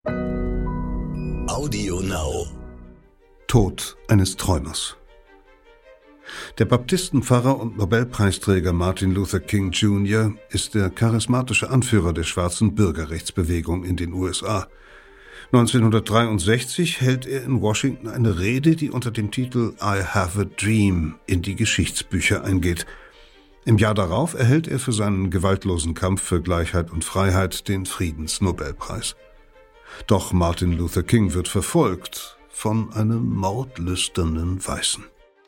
Audio Now. Tod eines Träumers. Der Baptistenpfarrer und Nobelpreisträger Martin Luther King Jr. ist der charismatische Anführer der schwarzen Bürgerrechtsbewegung in den USA. 1963 hält er in Washington eine Rede, die unter dem Titel I Have a Dream in die Geschichtsbücher eingeht. Im Jahr darauf erhält er für seinen gewaltlosen Kampf für Gleichheit und Freiheit den Friedensnobelpreis. Doch Martin Luther King wird verfolgt von einem mordlüsternen Weißen.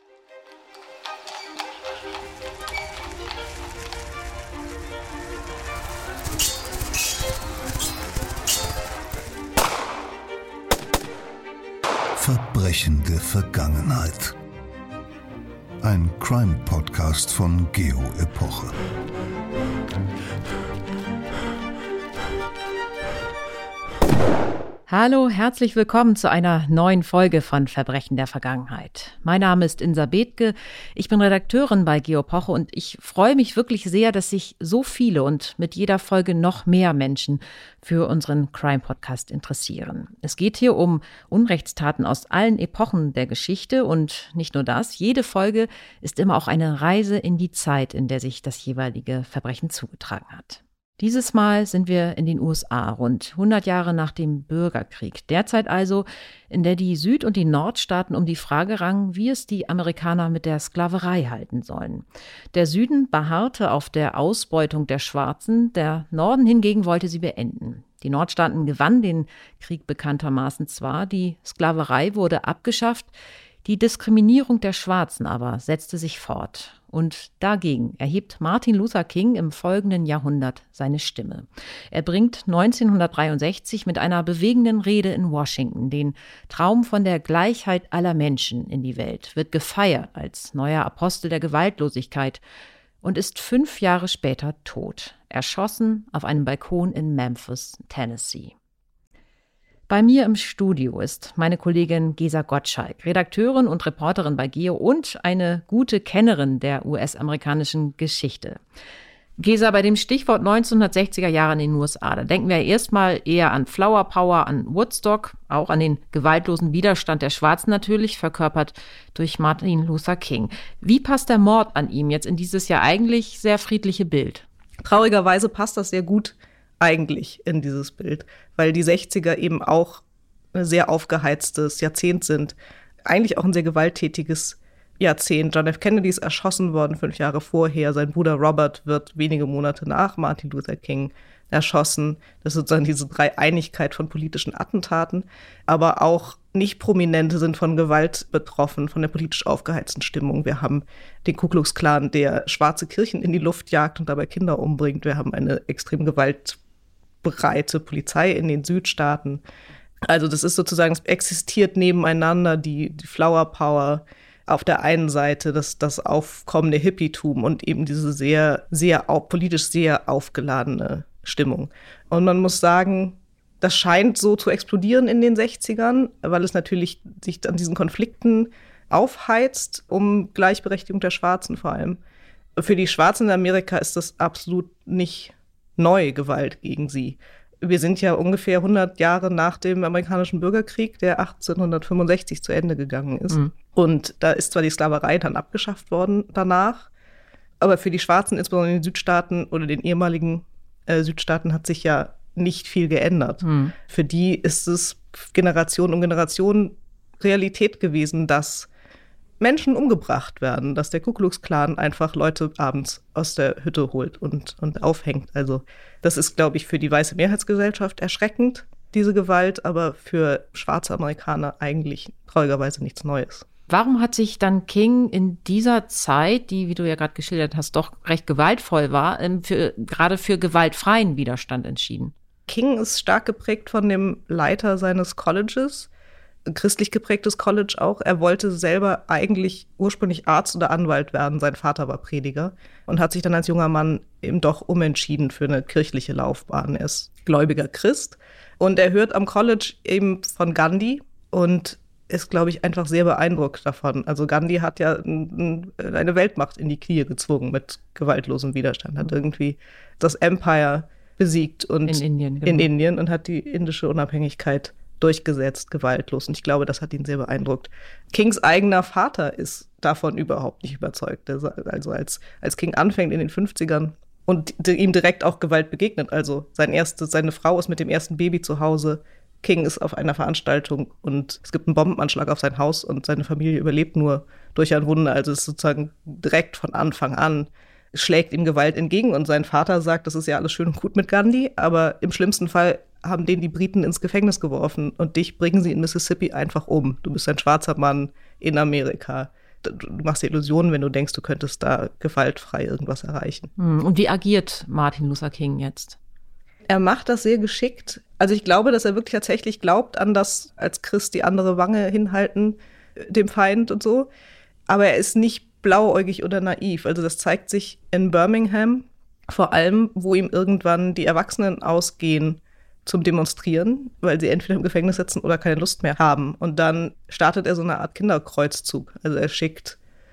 Verbrechende Vergangenheit. Ein Crime-Podcast von Geo Epoche. Hallo, herzlich willkommen zu einer neuen Folge von Verbrechen der Vergangenheit. Mein Name ist Insa Bethke, ich bin Redakteurin bei Geo Epoche und ich freue mich wirklich sehr, dass sich so viele und mit jeder Folge noch mehr Menschen für unseren Crime-Podcast interessieren. Es geht hier um Unrechtstaten aus allen Epochen der Geschichte und nicht nur das, jede Folge ist immer auch eine Reise in die Zeit, in der sich das jeweilige Verbrechen zugetragen hat. Dieses Mal sind wir in den USA, rund 100 Jahre nach dem Bürgerkrieg. Derzeit also, in der die Süd- und die Nordstaaten um die Frage rangen, wie es die Amerikaner mit der Sklaverei halten sollen. Der Süden beharrte auf der Ausbeutung der Schwarzen, der Norden hingegen wollte sie beenden. Die Nordstaaten gewannen den Krieg bekanntermaßen zwar, die Sklaverei wurde abgeschafft, die Diskriminierung der Schwarzen aber setzte sich fort. Und dagegen erhebt Martin Luther King im folgenden Jahrhundert seine Stimme. Er bringt 1963 mit einer bewegenden Rede in Washington den Traum von der Gleichheit aller Menschen in die Welt, wird gefeiert als neuer Apostel der Gewaltlosigkeit und ist 5 Jahre später tot, erschossen auf einem Balkon in Memphis, Tennessee. Bei mir im Studio ist meine Kollegin Gesa Gottschalk, Redakteurin und Reporterin bei Geo und eine gute Kennerin der US-amerikanischen Geschichte. Gesa, bei dem Stichwort 1960er Jahre in den USA, da denken wir erstmal eher an Flower Power, an Woodstock, auch an den gewaltlosen Widerstand der Schwarzen natürlich, verkörpert durch Martin Luther King. Wie passt der Mord an ihm jetzt in dieses ja eigentlich sehr friedliche Bild? Traurigerweise passt das sehr gut eigentlich in dieses Bild, weil die 60er eben auch ein sehr aufgeheiztes Jahrzehnt sind. Eigentlich auch ein sehr gewalttätiges Jahrzehnt. John F. Kennedy ist erschossen worden 5 Jahre vorher. Sein Bruder Robert wird wenige Monate nach Martin Luther King erschossen. Das ist sozusagen diese Dreieinigkeit von politischen Attentaten. Aber auch Nicht-Prominente sind von Gewalt betroffen, von der politisch aufgeheizten Stimmung. Wir haben den Ku Klux Klan, der schwarze Kirchen in die Luft jagt und dabei Kinder umbringt. Wir haben eine extrem gewaltbereite Polizei in den Südstaaten. Also das ist sozusagen, es existiert nebeneinander die Flower Power auf der einen Seite, das aufkommende Hippietum und eben diese politisch sehr aufgeladene Stimmung. Und man muss sagen, das scheint so zu explodieren in den 60ern, weil es natürlich sich an diesen Konflikten aufheizt, um Gleichberechtigung der Schwarzen vor allem. Für die Schwarzen in Amerika ist das absolut nicht neu, Gewalt gegen sie. Wir sind ja ungefähr 100 Jahre nach dem amerikanischen Bürgerkrieg, der 1865 zu Ende gegangen ist. Mhm. Und da ist zwar die Sklaverei dann abgeschafft worden danach, aber für die Schwarzen, insbesondere in den Südstaaten oder den ehemaligen Südstaaten, hat sich ja nicht viel geändert. Mhm. Für die ist es Generation um Generation Realität gewesen, dass Menschen umgebracht werden, dass der Ku Klux Klan einfach Leute abends aus der Hütte holt und aufhängt. Also das ist, glaube ich, für die weiße Mehrheitsgesellschaft erschreckend, diese Gewalt, aber für schwarze Amerikaner eigentlich traurigerweise nichts Neues. Warum hat sich dann King in dieser Zeit, die, wie du ja gerade geschildert hast, doch recht gewaltvoll war, gerade für gewaltfreien Widerstand entschieden? King ist stark geprägt von dem Leiter seines Colleges, christlich geprägtes College auch. Er wollte selber eigentlich ursprünglich Arzt oder Anwalt werden. Sein Vater war Prediger und hat sich dann als junger Mann eben doch umentschieden für eine kirchliche Laufbahn. Er ist gläubiger Christ und er hört am College eben von Gandhi und ist, glaube ich, einfach sehr beeindruckt davon. Also Gandhi hat ja eine Weltmacht in die Knie gezwungen mit gewaltlosem Widerstand, hat irgendwie das Empire besiegt und in Indien, genau. In Indien und hat die indische Unabhängigkeit durchgesetzt, gewaltlos. Und ich glaube, das hat ihn sehr beeindruckt. Kings eigener Vater ist davon überhaupt nicht überzeugt. Also als King anfängt in den 50ern und ihm direkt auch Gewalt begegnet. Also seine Frau ist mit dem ersten Baby zu Hause. King ist auf einer Veranstaltung und es gibt einen Bombenanschlag auf sein Haus und seine Familie überlebt nur durch ein Wunder. Also es ist sozusagen direkt von Anfang an schlägt ihm Gewalt entgegen. Und sein Vater sagt, das ist ja alles schön und gut mit Gandhi, aber im schlimmsten Fall haben den die Briten ins Gefängnis geworfen und dich bringen sie in Mississippi einfach um. Du bist ein schwarzer Mann in Amerika. Du machst dir Illusionen, wenn du denkst, du könntest da gewaltfrei irgendwas erreichen. Und wie agiert Martin Luther King jetzt? Er macht das sehr geschickt. Also ich glaube, dass er wirklich tatsächlich glaubt an das, als Christ die andere Wange hinhalten, dem Feind und so. Aber er ist nicht blauäugig oder naiv. Also das zeigt sich in Birmingham, vor allem, wo ihm irgendwann die Erwachsenen ausgehen zum Demonstrieren, weil sie entweder im Gefängnis sitzen oder keine Lust mehr haben. Und dann startet er so eine Art Kinderkreuzzug. Also er schickt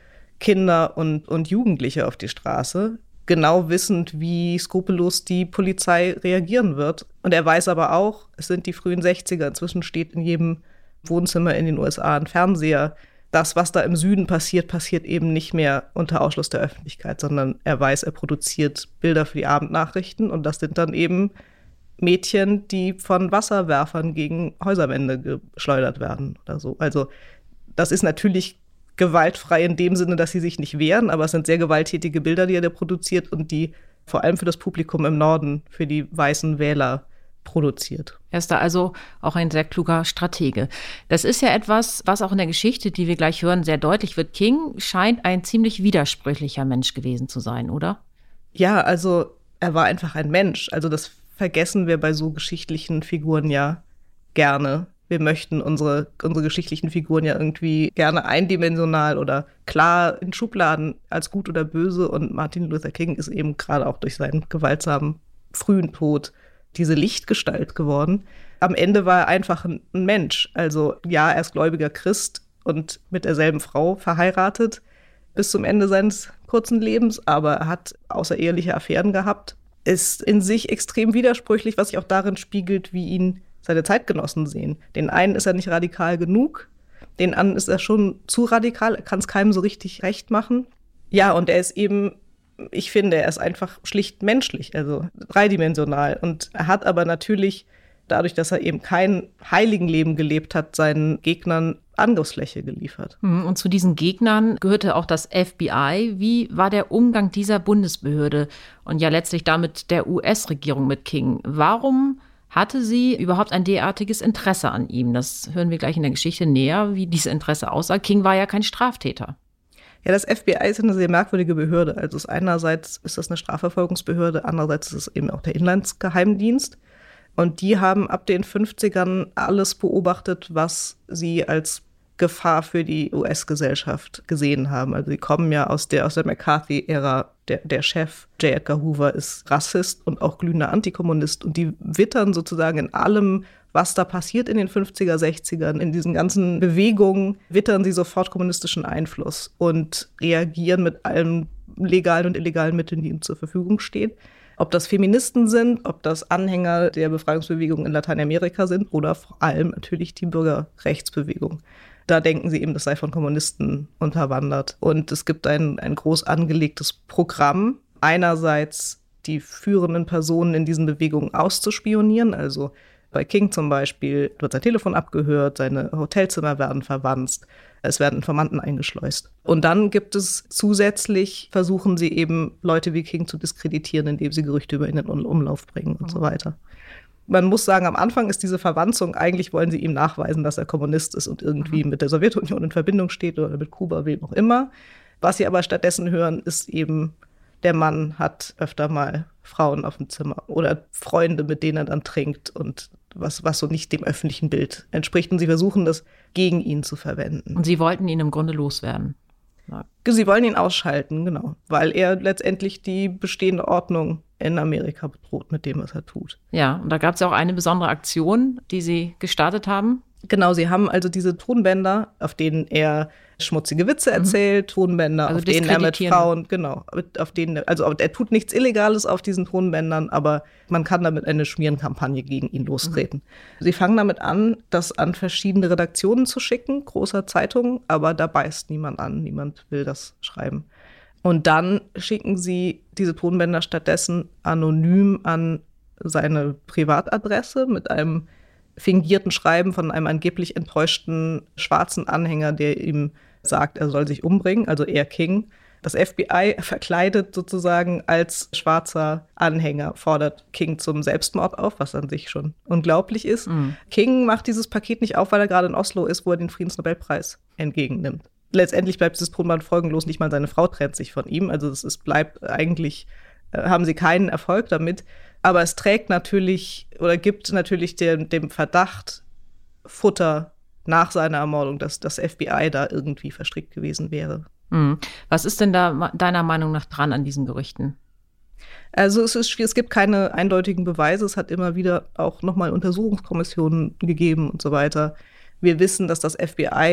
Kinder und Jugendliche auf die Straße, genau wissend, wie skrupellos die Polizei reagieren wird. Und er weiß aber auch, es sind die frühen 60er. Inzwischen steht in jedem Wohnzimmer in den USA ein Fernseher. Das, was da im Süden passiert, passiert eben nicht mehr unter Ausschluss der Öffentlichkeit, sondern er weiß, er produziert Bilder für die Abendnachrichten. Und das sind dann eben Mädchen, die von Wasserwerfern gegen Häuserwände geschleudert werden oder so. Also das ist natürlich gewaltfrei in dem Sinne, dass sie sich nicht wehren, aber es sind sehr gewalttätige Bilder, die er da produziert und die vor allem für das Publikum im Norden, für die weißen Wähler produziert. Er ist da also auch ein sehr kluger Stratege. Das ist ja etwas, was auch in der Geschichte, die wir gleich hören, sehr deutlich wird. King scheint ein ziemlich widersprüchlicher Mensch gewesen zu sein, oder? Ja, also er war einfach ein Mensch. Also das vergessen wir bei so geschichtlichen Figuren ja gerne. Wir möchten unsere geschichtlichen Figuren ja irgendwie gerne eindimensional oder klar in Schubladen als gut oder böse. Und Martin Luther King ist eben gerade auch durch seinen gewaltsamen frühen Tod diese Lichtgestalt geworden. Am Ende war er einfach ein Mensch. Also ja, er ist gläubiger Christ und mit derselben Frau verheiratet bis zum Ende seines kurzen Lebens, aber er hat außereheliche Affären gehabt. Ist in sich extrem widersprüchlich, was sich auch darin spiegelt, wie ihn seine Zeitgenossen sehen. Den einen ist er nicht radikal genug, den anderen ist er schon zu radikal, er kann es keinem so richtig recht machen. Ja, und er ist eben, ich finde, er ist einfach schlicht menschlich, also dreidimensional. Und er hat aber natürlich, dadurch, dass er eben kein Heiligenleben gelebt hat, seinen Gegnern Angriffsfläche geliefert. Und zu diesen Gegnern gehörte auch das FBI. Wie war der Umgang dieser Bundesbehörde und ja letztlich damit der US-Regierung mit King? Warum hatte sie überhaupt ein derartiges Interesse an ihm? Das hören wir gleich in der Geschichte näher, wie dieses Interesse aussah. King war ja kein Straftäter. Ja, das FBI ist eine sehr merkwürdige Behörde. Also einerseits ist das eine Strafverfolgungsbehörde, andererseits ist es eben auch der Inlandsgeheimdienst. Und die haben ab den 50ern alles beobachtet, was sie als Gefahr für die US-Gesellschaft gesehen haben. Also die kommen ja aus der McCarthy-Ära. Der Chef, J. Edgar Hoover, ist Rassist und auch glühender Antikommunist. Und die wittern sozusagen in allem, was da passiert in den 50er, 60ern, in diesen ganzen Bewegungen, wittern sie sofort kommunistischen Einfluss und reagieren mit allen legalen und illegalen Mitteln, die ihnen zur Verfügung stehen. Ob das Feministen sind, ob das Anhänger der Befreiungsbewegung in Lateinamerika sind oder vor allem natürlich die Bürgerrechtsbewegung. Da denken sie eben, das sei von Kommunisten unterwandert. Und es gibt ein groß angelegtes Programm, einerseits die führenden Personen in diesen Bewegungen auszuspionieren. Also bei King zum Beispiel wird sein Telefon abgehört, seine Hotelzimmer werden verwanzt, es werden Informanten eingeschleust. Und dann gibt es zusätzlich, versuchen sie eben Leute wie King zu diskreditieren, indem sie Gerüchte über ihn in den Umlauf bringen und so weiter. Man muss sagen, am Anfang ist diese Verwanzung, eigentlich wollen sie ihm nachweisen, dass er Kommunist ist und irgendwie mit der Sowjetunion in Verbindung steht oder mit Kuba, wem auch immer. Was sie aber stattdessen hören, ist eben, der Mann hat öfter mal Frauen auf dem Zimmer oder Freunde, mit denen er dann trinkt und was so nicht dem öffentlichen Bild entspricht. Und sie versuchen, das gegen ihn zu verwenden. Und sie wollten ihn im Grunde loswerden. Ja. Sie wollen ihn ausschalten, genau, weil er letztendlich die bestehende Ordnung in Amerika bedroht mit dem, was er tut. Ja, und da gab es ja auch eine besondere Aktion, die sie gestartet haben. Genau, sie haben also diese Tonbänder, auf denen er schmutzige Witze erzählt, Tonbänder, also auf denen er mit Frauen, auf denen, also er tut nichts Illegales auf diesen Tonbändern, aber man kann damit eine Schmierenkampagne gegen ihn lostreten. Sie fangen damit an, das an verschiedene Redaktionen zu schicken, großer Zeitungen, aber da beißt niemand an, niemand will das schreiben. Und dann schicken sie diese Tonbänder stattdessen anonym an seine Privatadresse mit einem fingierten Schreiben von einem angeblich enttäuschten schwarzen Anhänger, der ihm sagt, er soll sich umbringen, also er King. Das FBI verkleidet sozusagen als schwarzer Anhänger, fordert King zum Selbstmord auf, was an sich schon unglaublich ist. King macht dieses Paket nicht auf, weil er gerade in Oslo ist, wo er den Friedensnobelpreis entgegennimmt. Letztendlich bleibt dieses Tonband folgenlos, nicht mal seine Frau trennt sich von ihm. Also bleibt eigentlich, haben sie keinen Erfolg damit. Aber es trägt natürlich oder gibt natürlich dem Verdacht Futter nach seiner Ermordung, dass das FBI da irgendwie verstrickt gewesen wäre. Was ist denn da deiner Meinung nach dran an diesen Gerüchten? Also es gibt keine eindeutigen Beweise. Es hat immer wieder auch nochmal Untersuchungskommissionen gegeben und so weiter. Wir wissen, dass das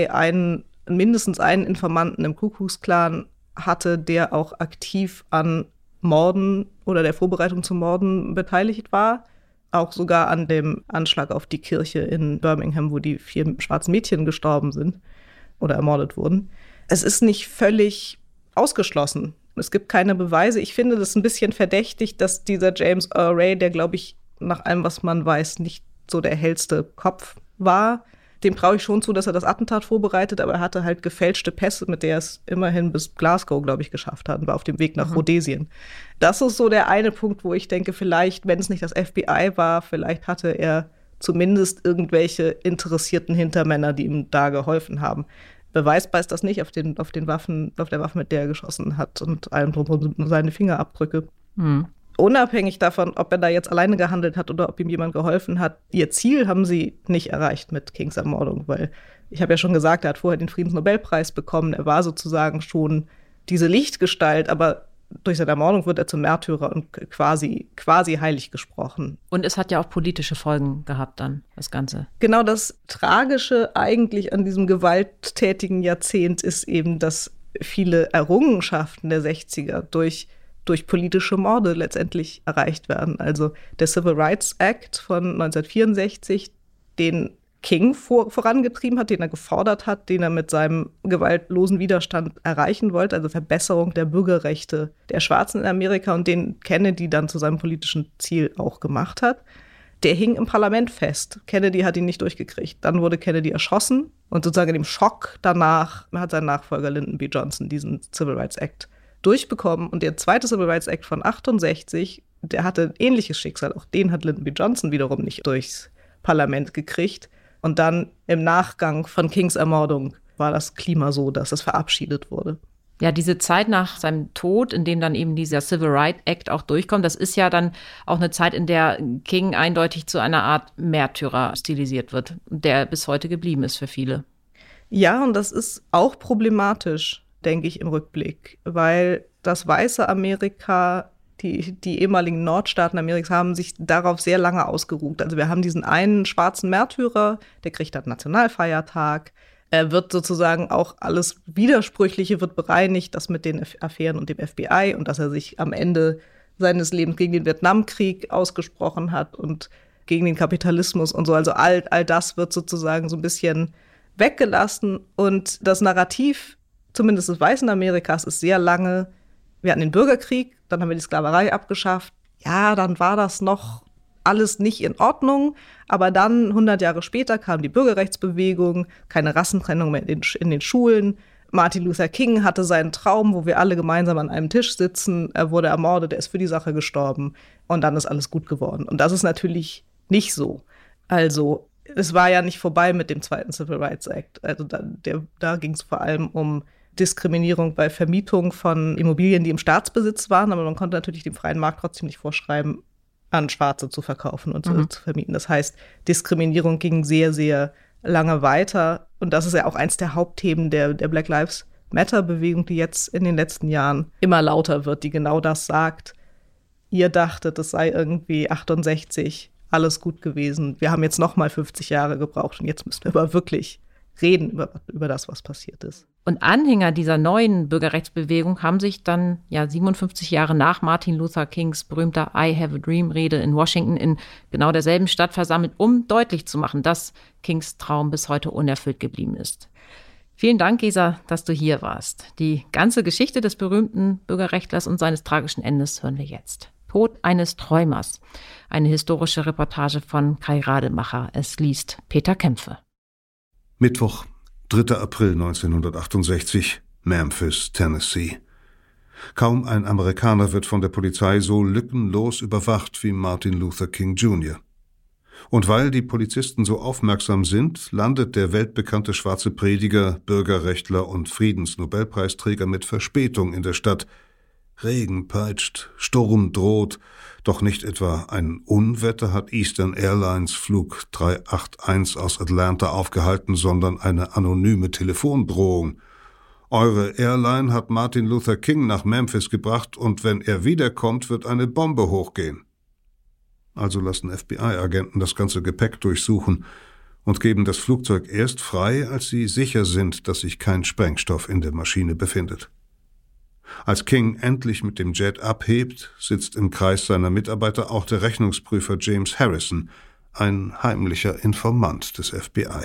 FBI mindestens einen Informanten im Ku Klux Klan hatte, der auch aktiv an Morden oder der Vorbereitung zu Morden beteiligt war. Auch sogar an dem Anschlag auf die Kirche in Birmingham, wo die 4 schwarzen Mädchen gestorben sind oder ermordet wurden. Es ist nicht völlig ausgeschlossen. Es gibt keine Beweise. Ich finde das ein bisschen verdächtig, dass dieser James Earl Ray, der, glaube ich, nach allem, was man weiß, nicht so der hellste Kopf war. Dem traue ich schon zu, dass er das Attentat vorbereitet, aber er hatte halt gefälschte Pässe, mit der er es immerhin bis Glasgow, glaube ich, geschafft hat und war auf dem Weg nach Rhodesien. Das ist so der eine Punkt, wo ich denke, vielleicht, wenn es nicht das FBI war, vielleicht hatte er zumindest irgendwelche interessierten Hintermänner, die ihm da geholfen haben. Beweisbar ist das nicht auf der Waffe, mit der er geschossen hat und allem drum und seine Fingerabdrücke. Unabhängig davon, ob er da jetzt alleine gehandelt hat oder ob ihm jemand geholfen hat, ihr Ziel haben sie nicht erreicht mit Kings Ermordung, weil ich habe ja schon gesagt, er hat vorher den Friedensnobelpreis bekommen, er war sozusagen schon diese Lichtgestalt, aber durch seine Ermordung wird er zum Märtyrer und quasi heilig gesprochen. Und es hat ja auch politische Folgen gehabt dann, das Ganze. Genau, das Tragische eigentlich an diesem gewalttätigen Jahrzehnt ist eben, dass viele Errungenschaften der 60er durch politische Morde letztendlich erreicht werden. Also der Civil Rights Act von 1964, den King vorangetrieben hat, den er gefordert hat, den er mit seinem gewaltlosen Widerstand erreichen wollte, also Verbesserung der Bürgerrechte der Schwarzen in Amerika und den Kennedy dann zu seinem politischen Ziel auch gemacht hat. Der hing im Parlament fest. Kennedy hat ihn nicht durchgekriegt. Dann wurde Kennedy erschossen und sozusagen in dem Schock danach hat sein Nachfolger Lyndon B. Johnson diesen Civil Rights Act durchbekommen. Und der zweite Civil Rights Act von 68, der hatte ein ähnliches Schicksal. Auch den hat Lyndon B. Johnson wiederum nicht durchs Parlament gekriegt. Und dann im Nachgang von Kings Ermordung war das Klima so, dass es verabschiedet wurde. Ja, diese Zeit nach seinem Tod, in dem dann eben dieser Civil Rights Act auch durchkommt, das ist ja dann auch eine Zeit, in der King eindeutig zu einer Art Märtyrer stilisiert wird, der bis heute geblieben ist für viele. Ja, und das ist auch problematisch, denke ich, im Rückblick, weil das weiße Amerika, die ehemaligen Nordstaaten Amerikas haben sich darauf sehr lange ausgeruht. Also wir haben diesen einen schwarzen Märtyrer, der kriegt dann Nationalfeiertag. Er wird sozusagen auch alles Widersprüchliche wird bereinigt, das mit den Affären und dem FBI und dass er sich am Ende seines Lebens gegen den Vietnamkrieg ausgesprochen hat und gegen den Kapitalismus und so. Also all das wird sozusagen so ein bisschen weggelassen. Und das Narrativ, zumindest des weißen Amerikas, ist sehr lange, wir hatten den Bürgerkrieg, dann haben wir die Sklaverei abgeschafft. Ja, dann war das noch alles nicht in Ordnung. Aber dann, 100 Jahre später, kam die Bürgerrechtsbewegung, keine Rassentrennung mehr in den Schulen. Martin Luther King hatte seinen Traum, wo wir alle gemeinsam an einem Tisch sitzen. Er wurde ermordet, er ist für die Sache gestorben. Und dann ist alles gut geworden. Und das ist natürlich nicht so. Also, es war ja nicht vorbei mit dem zweiten Civil Rights Act. Also da ging es vor allem um Diskriminierung bei Vermietung von Immobilien, die im Staatsbesitz waren. Aber man konnte natürlich dem freien Markt trotzdem nicht vorschreiben, an Schwarze zu verkaufen und zu vermieten. Das heißt, Diskriminierung ging sehr, sehr lange weiter. Und das ist ja auch eins der Hauptthemen der Black Lives Matter-Bewegung, die jetzt in den letzten Jahren immer lauter wird, die genau das sagt. Ihr dachtet, es sei irgendwie 68 alles gut gewesen. Wir haben jetzt noch mal 50 Jahre gebraucht und jetzt müssen wir aber wirklich reden über das, was passiert ist. Und Anhänger dieser neuen Bürgerrechtsbewegung haben sich dann 57 Jahre nach Martin Luther Kings berühmter I Have a Dream-Rede in Washington in genau derselben Stadt versammelt, um deutlich zu machen, dass Kings Traum bis heute unerfüllt geblieben ist. Vielen Dank, Gesa, dass du hier warst. Die ganze Geschichte des berühmten Bürgerrechtlers und seines tragischen Endes hören wir jetzt. Tod eines Träumers. Eine historische Reportage von Kai Rademacher. Es liest Peter Kämpfe. Mittwoch, 3. April 1968, Memphis, Tennessee. Kaum ein Amerikaner wird von der Polizei so lückenlos überwacht wie Martin Luther King Jr. Und weil die Polizisten so aufmerksam sind, landet der weltbekannte schwarze Prediger, Bürgerrechtler und Friedensnobelpreisträger mit Verspätung in der Stadt. Regen peitscht, Sturm droht, doch nicht etwa ein Unwetter hat Eastern Airlines Flug 381 aus Atlanta aufgehalten, sondern eine anonyme Telefondrohung. Eure Airline hat Martin Luther King nach Memphis gebracht und wenn er wiederkommt, wird eine Bombe hochgehen. Also lassen FBI-Agenten das ganze Gepäck durchsuchen und geben das Flugzeug erst frei, als sie sicher sind, dass sich kein Sprengstoff in der Maschine befindet. Als King endlich mit dem Jet abhebt, sitzt im Kreis seiner Mitarbeiter auch der Rechnungsprüfer James Harrison, ein heimlicher Informant des FBI.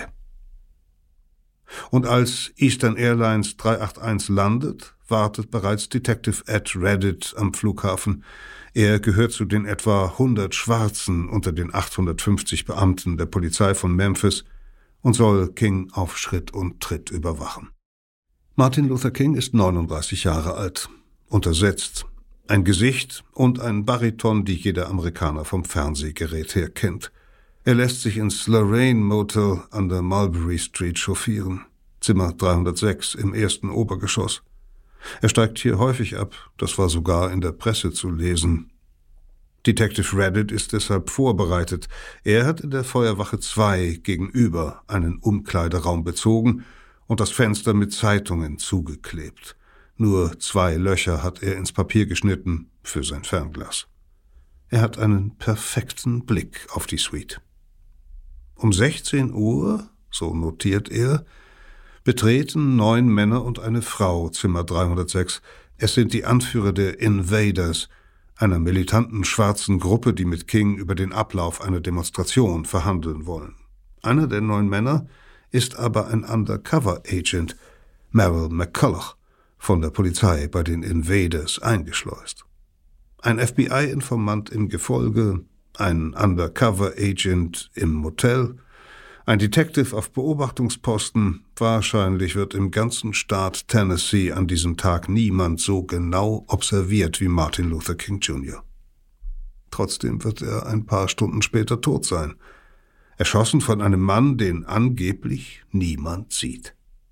Und als Eastern Airlines 381 landet, wartet bereits Detective Ed Reddit am Flughafen. Er gehört zu den etwa 100 Schwarzen unter den 850 Beamten der Polizei von Memphis und soll King auf Schritt und Tritt überwachen. Martin Luther King ist 39 Jahre alt, untersetzt, ein Gesicht und ein Bariton, die jeder Amerikaner vom Fernsehgerät her kennt. Er lässt sich ins Lorraine Motel an der Mulberry Street chauffieren, Zimmer 306 im ersten Obergeschoss. Er steigt hier häufig ab, das war sogar in der Presse zu lesen. Detective Reddit ist deshalb vorbereitet. Er hat in der Feuerwache 2 gegenüber einen Umkleideraum bezogen und das Fenster mit Zeitungen zugeklebt. Nur 2 Löcher hat er ins Papier geschnitten für sein Fernglas. Er hat einen perfekten Blick auf die Suite. Um 16 Uhr, so notiert er, betreten 9 Männer und eine Frau Zimmer 306. Es sind die Anführer der Invaders, einer militanten schwarzen Gruppe, die mit King über den Ablauf einer Demonstration verhandeln wollen. Einer der 9 Männer ist aber ein Undercover-Agent, Merrill McCulloch, von der Polizei bei den Invaders eingeschleust. Ein FBI-Informant im Gefolge, ein Undercover-Agent im Motel, ein Detective auf Beobachtungsposten. Wahrscheinlich wird im ganzen Staat Tennessee an diesem Tag niemand so genau observiert wie Martin Luther King Jr. Trotzdem wird er ein paar Stunden später tot sein. Erschossen von einem Mann, den angeblich niemand sieht.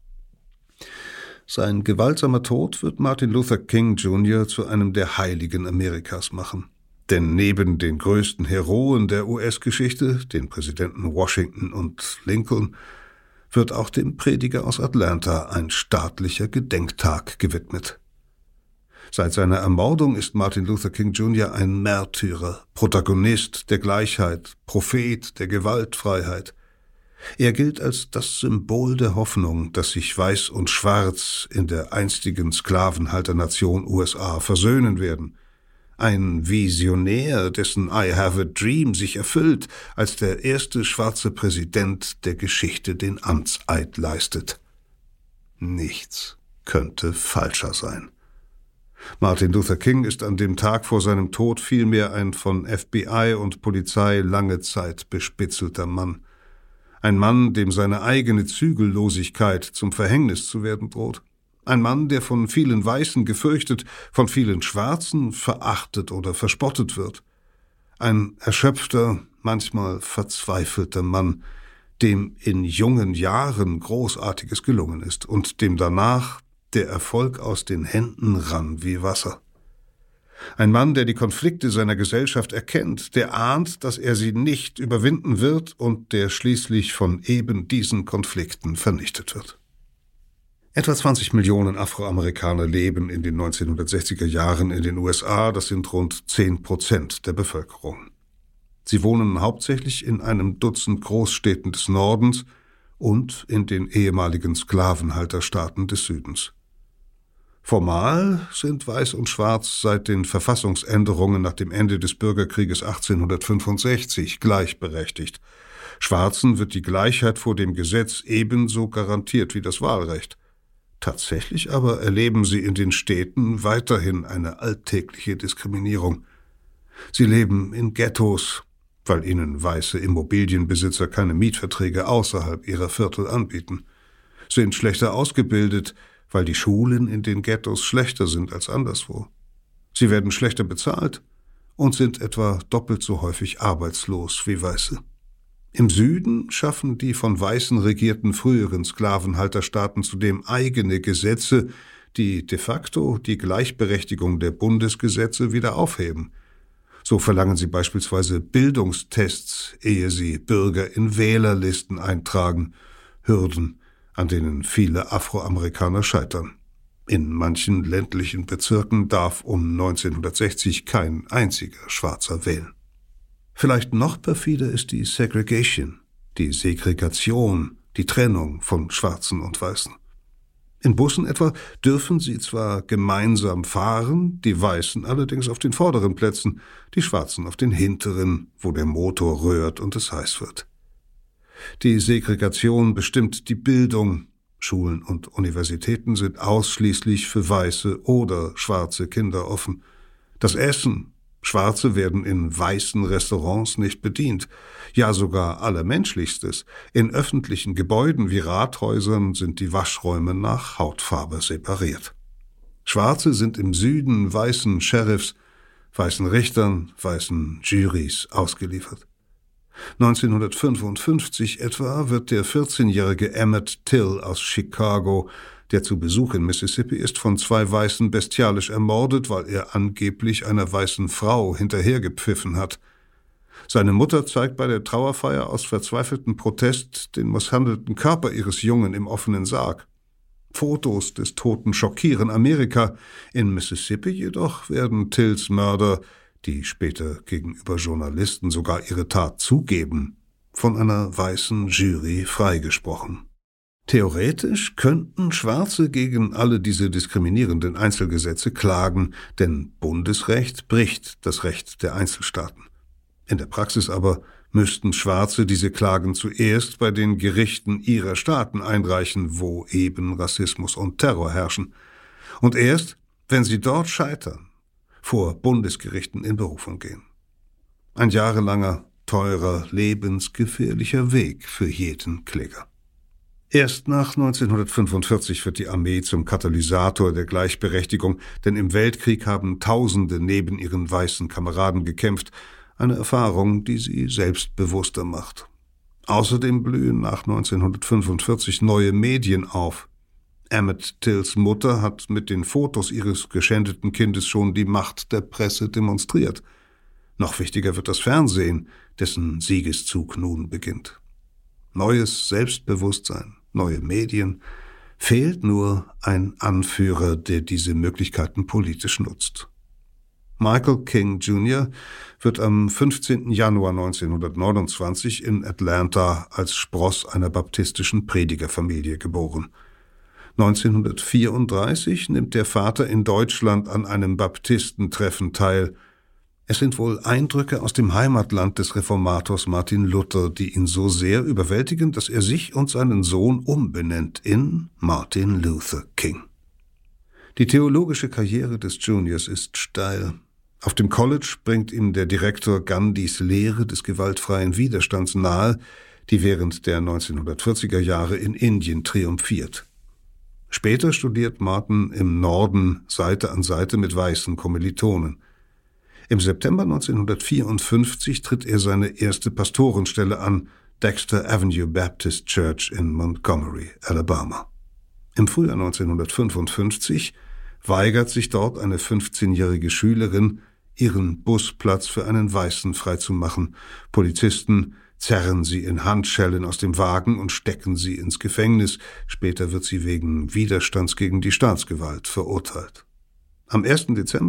Sein gewaltsamer Tod wird Martin Luther King Jr. zu einem der Heiligen Amerikas machen. Denn neben den größten Heroen der US-Geschichte, den Präsidenten Washington und Lincoln, wird auch dem Prediger aus Atlanta ein staatlicher Gedenktag gewidmet. Seit seiner Ermordung ist Martin Luther King Jr. ein Märtyrer, Protagonist der Gleichheit, Prophet der Gewaltfreiheit. Er gilt als das Symbol der Hoffnung, dass sich Weiß und Schwarz in der einstigen Sklavenhalternation USA versöhnen werden. Ein Visionär, dessen I Have a Dream sich erfüllt, als der erste schwarze Präsident der Geschichte den Amtseid leistet. Nichts könnte falscher sein. Martin Luther King ist an dem Tag vor seinem Tod vielmehr ein von FBI und Polizei lange Zeit bespitzelter Mann. Ein Mann, dem seine eigene Zügellosigkeit zum Verhängnis zu werden droht. Ein Mann, der von vielen Weißen gefürchtet, von vielen Schwarzen verachtet oder verspottet wird. Ein erschöpfter, manchmal verzweifelter Mann, dem in jungen Jahren Großartiges gelungen ist und dem danach der Erfolg aus den Händen rann wie Wasser. Ein Mann, der die Konflikte seiner Gesellschaft erkennt, der ahnt, dass er sie nicht überwinden wird und der schließlich von eben diesen Konflikten vernichtet wird. Etwa 20 Millionen Afroamerikaner leben in den 1960er Jahren in den USA, das sind rund 10% der Bevölkerung. Sie wohnen hauptsächlich in einem Dutzend Großstädten des Nordens und in den ehemaligen Sklavenhalterstaaten des Südens. Formal sind Weiß und Schwarz seit den Verfassungsänderungen nach dem Ende des Bürgerkrieges 1865 gleichberechtigt. Schwarzen wird die Gleichheit vor dem Gesetz ebenso garantiert wie das Wahlrecht. Tatsächlich aber erleben sie in den Städten weiterhin eine alltägliche Diskriminierung. Sie leben in Ghettos, weil ihnen weiße Immobilienbesitzer keine Mietverträge außerhalb ihrer Viertel anbieten, sind schlechter ausgebildet, weil die Schulen in den Ghettos schlechter sind als anderswo. Sie werden schlechter bezahlt und sind etwa doppelt so häufig arbeitslos wie Weiße. Im Süden schaffen die von Weißen regierten früheren Sklavenhalterstaaten zudem eigene Gesetze, die de facto die Gleichberechtigung der Bundesgesetze wieder aufheben. So verlangen sie beispielsweise Bildungstests, ehe sie Bürger in Wählerlisten eintragen, Hürden, an denen viele Afroamerikaner scheitern. In manchen ländlichen Bezirken darf um 1960 kein einziger Schwarzer wählen. Vielleicht noch perfider ist die Segregation, die Segregation, die Trennung von Schwarzen und Weißen. In Bussen etwa dürfen sie zwar gemeinsam fahren, die Weißen allerdings auf den vorderen Plätzen, die Schwarzen auf den hinteren, wo der Motor röhrt und es heiß wird. Die Segregation bestimmt die Bildung. Schulen und Universitäten sind ausschließlich für weiße oder schwarze Kinder offen. Das Essen. Schwarze werden in weißen Restaurants nicht bedient. Ja, sogar Allermenschlichstes. In öffentlichen Gebäuden wie Rathäusern sind die Waschräume nach Hautfarbe separiert. Schwarze sind im Süden weißen Sheriffs, weißen Richtern, weißen Jurys ausgeliefert. 1955 etwa wird der 14-jährige Emmett Till aus Chicago, der zu Besuch in Mississippi ist, von 2 Weißen bestialisch ermordet, weil er angeblich einer weißen Frau hinterhergepfiffen hat. Seine Mutter zeigt bei der Trauerfeier aus verzweifeltem Protest den misshandelten Körper ihres Jungen im offenen Sarg. Fotos des Toten schockieren Amerika. In Mississippi jedoch werden Tills Mörder, die später gegenüber Journalisten sogar ihre Tat zugeben, von einer weißen Jury freigesprochen. Theoretisch könnten Schwarze gegen alle diese diskriminierenden Einzelgesetze klagen, denn Bundesrecht bricht das Recht der Einzelstaaten. In der Praxis aber müssten Schwarze diese Klagen zuerst bei den Gerichten ihrer Staaten einreichen, wo eben Rassismus und Terror herrschen. Und erst, wenn sie dort scheitern, vor Bundesgerichten in Berufung gehen. Ein jahrelanger, teurer, lebensgefährlicher Weg für jeden Kläger. Erst nach 1945 wird die Armee zum Katalysator der Gleichberechtigung, denn im Weltkrieg haben Tausende neben ihren weißen Kameraden gekämpft, eine Erfahrung, die sie selbstbewusster macht. Außerdem blühen nach 1945 neue Medien auf. Emmett Tills Mutter hat mit den Fotos ihres geschändeten Kindes schon die Macht der Presse demonstriert. Noch wichtiger wird das Fernsehen, dessen Siegeszug nun beginnt. Neues Selbstbewusstsein, neue Medien, fehlt nur ein Anführer, der diese Möglichkeiten politisch nutzt. Michael King Jr. wird am 15. Januar 1929 in Atlanta als Spross einer baptistischen Predigerfamilie geboren. 1934 nimmt der Vater in Deutschland an einem Baptistentreffen teil. Es sind wohl Eindrücke aus dem Heimatland des Reformators Martin Luther, die ihn so sehr überwältigen, dass er sich und seinen Sohn umbenennt in Martin Luther King. Die theologische Karriere des Juniors ist steil. Auf dem College bringt ihm der Direktor Gandhis Lehre des gewaltfreien Widerstands nahe, die während der 1940er Jahre in Indien triumphiert. Später studiert Martin im Norden Seite an Seite mit weißen Kommilitonen. Im September 1954 tritt er seine erste Pastorenstelle an, Dexter Avenue Baptist Church in Montgomery, Alabama. Im Frühjahr 1955 weigert sich dort eine 15-jährige Schülerin, ihren Busplatz für einen Weißen freizumachen. Polizisten zerren sie in Handschellen aus dem Wagen und stecken sie ins Gefängnis. Später wird sie wegen Widerstands gegen die Staatsgewalt verurteilt. Am 1. Dezember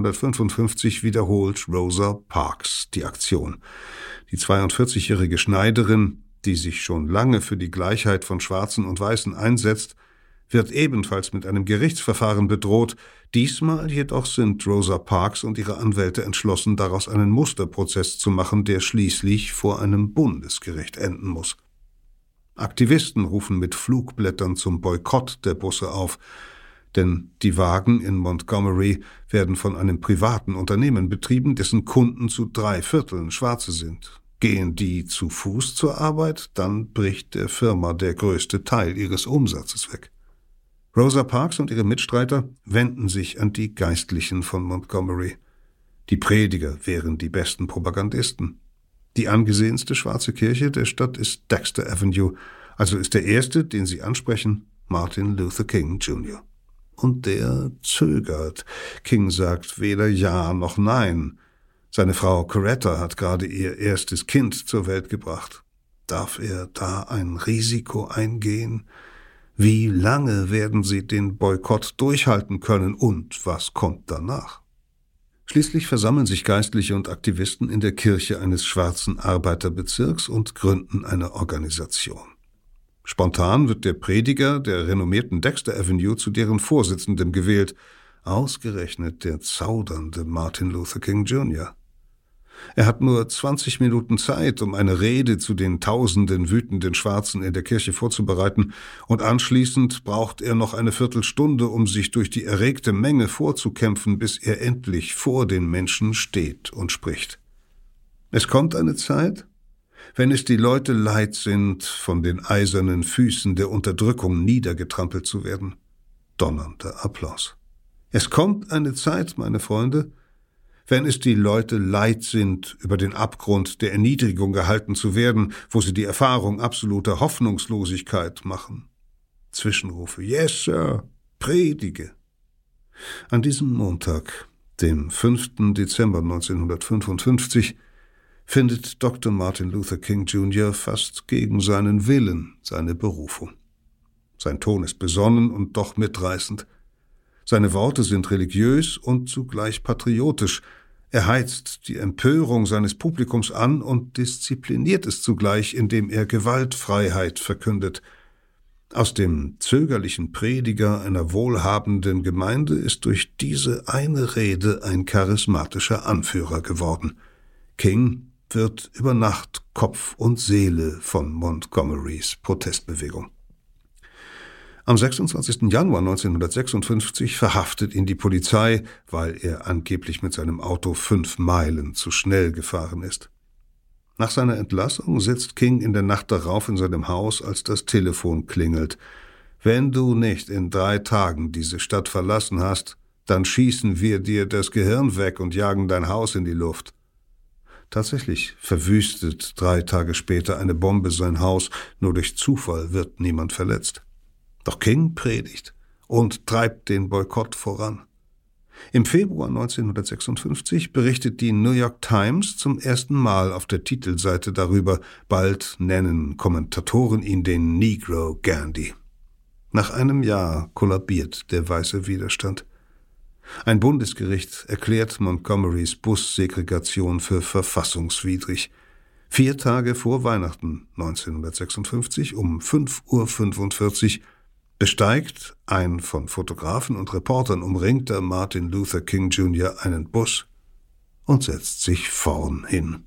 1955 wiederholt Rosa Parks die Aktion. Die 42-jährige Schneiderin, die sich schon lange für die Gleichheit von Schwarzen und Weißen einsetzt, wird ebenfalls mit einem Gerichtsverfahren bedroht. Diesmal jedoch sind Rosa Parks und ihre Anwälte entschlossen, daraus einen Musterprozess zu machen, der schließlich vor einem Bundesgericht enden muss. Aktivisten rufen mit Flugblättern zum Boykott der Busse auf, denn die Wagen in Montgomery werden von einem privaten Unternehmen betrieben, dessen Kunden zu 3/4 Schwarze sind. Gehen die zu Fuß zur Arbeit, dann bricht der Firma der größte Teil ihres Umsatzes weg. Rosa Parks und ihre Mitstreiter wenden sich an die Geistlichen von Montgomery. Die Prediger wären die besten Propagandisten. Die angesehenste schwarze Kirche der Stadt ist Dexter Avenue, also ist der erste, den sie ansprechen, Martin Luther King Jr. Und der zögert. King sagt weder Ja noch Nein. Seine Frau Coretta hat gerade ihr erstes Kind zur Welt gebracht. Darf er da ein Risiko eingehen? Wie lange werden sie den Boykott durchhalten können und was kommt danach? Schließlich versammeln sich Geistliche und Aktivisten in der Kirche eines schwarzen Arbeiterbezirks und gründen eine Organisation. Spontan wird der Prediger der renommierten Dexter Avenue zu deren Vorsitzendem gewählt, ausgerechnet der zaudernde Martin Luther King Jr. Er hat nur 20 Minuten Zeit, um eine Rede zu den tausenden wütenden Schwarzen in der Kirche vorzubereiten, und anschließend braucht er noch eine Viertelstunde, um sich durch die erregte Menge vorzukämpfen, bis er endlich vor den Menschen steht und spricht. Es kommt eine Zeit, wenn es die Leute leid sind, von den eisernen Füßen der Unterdrückung niedergetrampelt zu werden. Donnernder Applaus. Es kommt eine Zeit, meine Freunde, wenn es die Leute leid sind, über den Abgrund der Erniedrigung gehalten zu werden, wo sie die Erfahrung absoluter Hoffnungslosigkeit machen. Zwischenrufe, Yes, Sir, predige. An diesem Montag, dem 5. Dezember 1955, findet Dr. Martin Luther King Jr. fast gegen seinen Willen seine Berufung. Sein Ton ist besonnen und doch mitreißend. Seine Worte sind religiös und zugleich patriotisch. Er heizt die Empörung seines Publikums an und diszipliniert es zugleich, indem er Gewaltfreiheit verkündet. Aus dem zögerlichen Prediger einer wohlhabenden Gemeinde ist durch diese eine Rede ein charismatischer Anführer geworden. King wird über Nacht Kopf und Seele von Montgomerys Protestbewegung. Am 26. Januar 1956 verhaftet ihn die Polizei, weil er angeblich mit seinem Auto 5 Meilen zu schnell gefahren ist. Nach seiner Entlassung sitzt King in der Nacht darauf in seinem Haus, als das Telefon klingelt. Wenn du nicht in 3 Tagen diese Stadt verlassen hast, dann schießen wir dir das Gehirn weg und jagen dein Haus in die Luft. Tatsächlich verwüstet 3 Tage später eine Bombe sein Haus, nur durch Zufall wird niemand verletzt. Doch King predigt und treibt den Boykott voran. Im Februar 1956 berichtet die New York Times zum ersten Mal auf der Titelseite darüber, bald nennen Kommentatoren ihn den Negro Gandhi. Nach einem Jahr kollabiert der weiße Widerstand. Ein Bundesgericht erklärt Montgomerys Bussegregation für verfassungswidrig. 4 Tage vor Weihnachten 1956 um 5:45 Uhr besteigt ein von Fotografen und Reportern umringter Martin Luther King Jr. einen Bus und setzt sich vorn hin.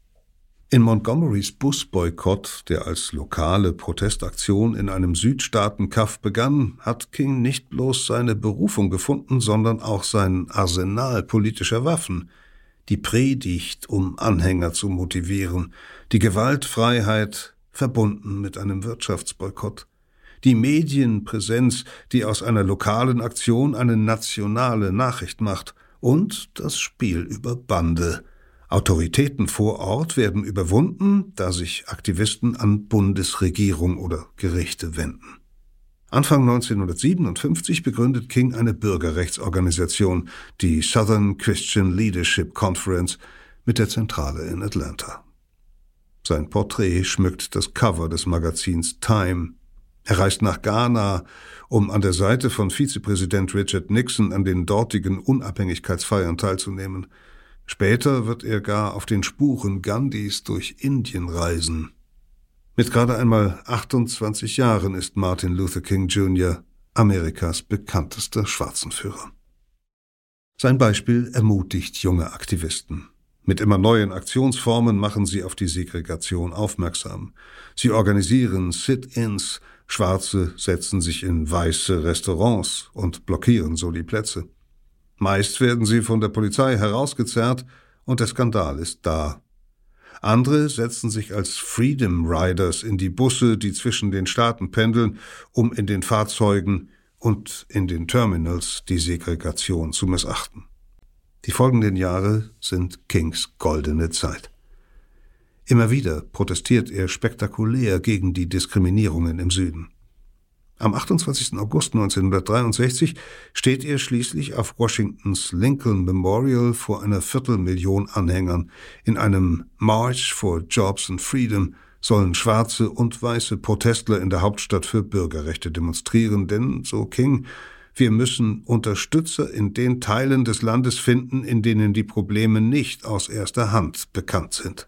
In Montgomerys Busboykott, der als lokale Protestaktion in einem Südstaaten-Kaff begann, hat King nicht bloß seine Berufung gefunden, sondern auch sein Arsenal politischer Waffen. Die Predigt, um Anhänger zu motivieren, die Gewaltfreiheit verbunden mit einem Wirtschaftsboykott, die Medienpräsenz, die aus einer lokalen Aktion eine nationale Nachricht macht, und das Spiel über Bande. Autoritäten vor Ort werden überwunden, da sich Aktivisten an Bundesregierung oder Gerichte wenden. Anfang 1957 begründet King eine Bürgerrechtsorganisation, die Southern Christian Leadership Conference, mit der Zentrale in Atlanta. Sein Porträt schmückt das Cover des Magazins Time. Er reist nach Ghana, um an der Seite von Vizepräsident Richard Nixon an den dortigen Unabhängigkeitsfeiern teilzunehmen. Später wird er gar auf den Spuren Gandhis durch Indien reisen. Mit gerade einmal 28 Jahren ist Martin Luther King Jr. Amerikas bekanntester Schwarzenführer. Sein Beispiel ermutigt junge Aktivisten. Mit immer neuen Aktionsformen machen sie auf die Segregation aufmerksam. Sie organisieren Sit-ins, Schwarze setzen sich in weiße Restaurants und blockieren so die Plätze. Meist werden sie von der Polizei herausgezerrt und der Skandal ist da. Andere setzen sich als Freedom Riders in die Busse, die zwischen den Staaten pendeln, um in den Fahrzeugen und in den Terminals die Segregation zu missachten. Die folgenden Jahre sind Kings goldene Zeit. Immer wieder protestiert er spektakulär gegen die Diskriminierungen im Süden. Am 28. August 1963 steht er schließlich auf Washingtons Lincoln Memorial vor einer 250.000 Anhängern. In einem March for Jobs and Freedom sollen schwarze und weiße Protestler in der Hauptstadt für Bürgerrechte demonstrieren, denn, so King, wir müssen Unterstützer in den Teilen des Landes finden, in denen die Probleme nicht aus erster Hand bekannt sind.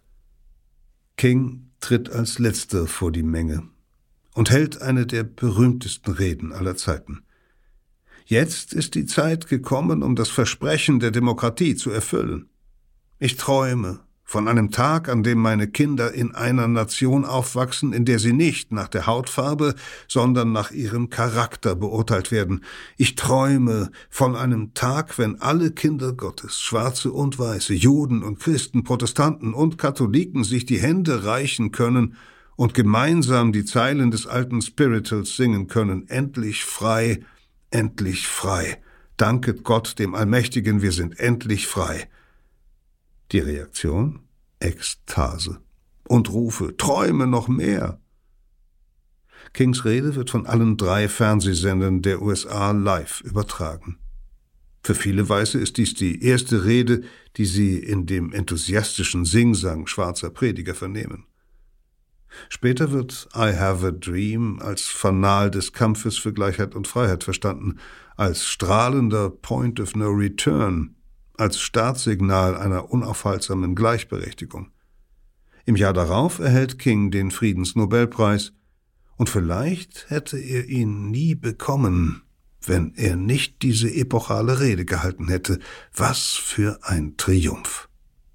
King tritt als Letzter vor die Menge und hält eine der berühmtesten Reden aller Zeiten. Jetzt ist die Zeit gekommen, um das Versprechen der Demokratie zu erfüllen. Ich träume von einem Tag, an dem meine Kinder in einer Nation aufwachsen, in der sie nicht nach der Hautfarbe, sondern nach ihrem Charakter beurteilt werden. Ich träume von einem Tag, wenn alle Kinder Gottes, Schwarze und Weiße, Juden und Christen, Protestanten und Katholiken sich die Hände reichen können und gemeinsam die Zeilen des alten Spirituals singen können. Endlich frei, endlich frei. Danket Gott, dem Allmächtigen, wir sind endlich frei. Die Reaktion? Ekstase. Und Rufe, träume noch mehr. Kings Rede wird von allen 3 Fernsehsendern der USA live übertragen. Für viele Weiße ist dies die erste Rede, die sie in dem enthusiastischen Singsang schwarzer Prediger vernehmen. Später wird I Have a Dream als Fanal des Kampfes für Gleichheit und Freiheit verstanden, als strahlender Point of No Return, als Startsignal einer unaufhaltsamen Gleichberechtigung. Im Jahr darauf erhält King den Friedensnobelpreis, und vielleicht hätte er ihn nie bekommen, wenn er nicht diese epochale Rede gehalten hätte. Was für ein Triumph!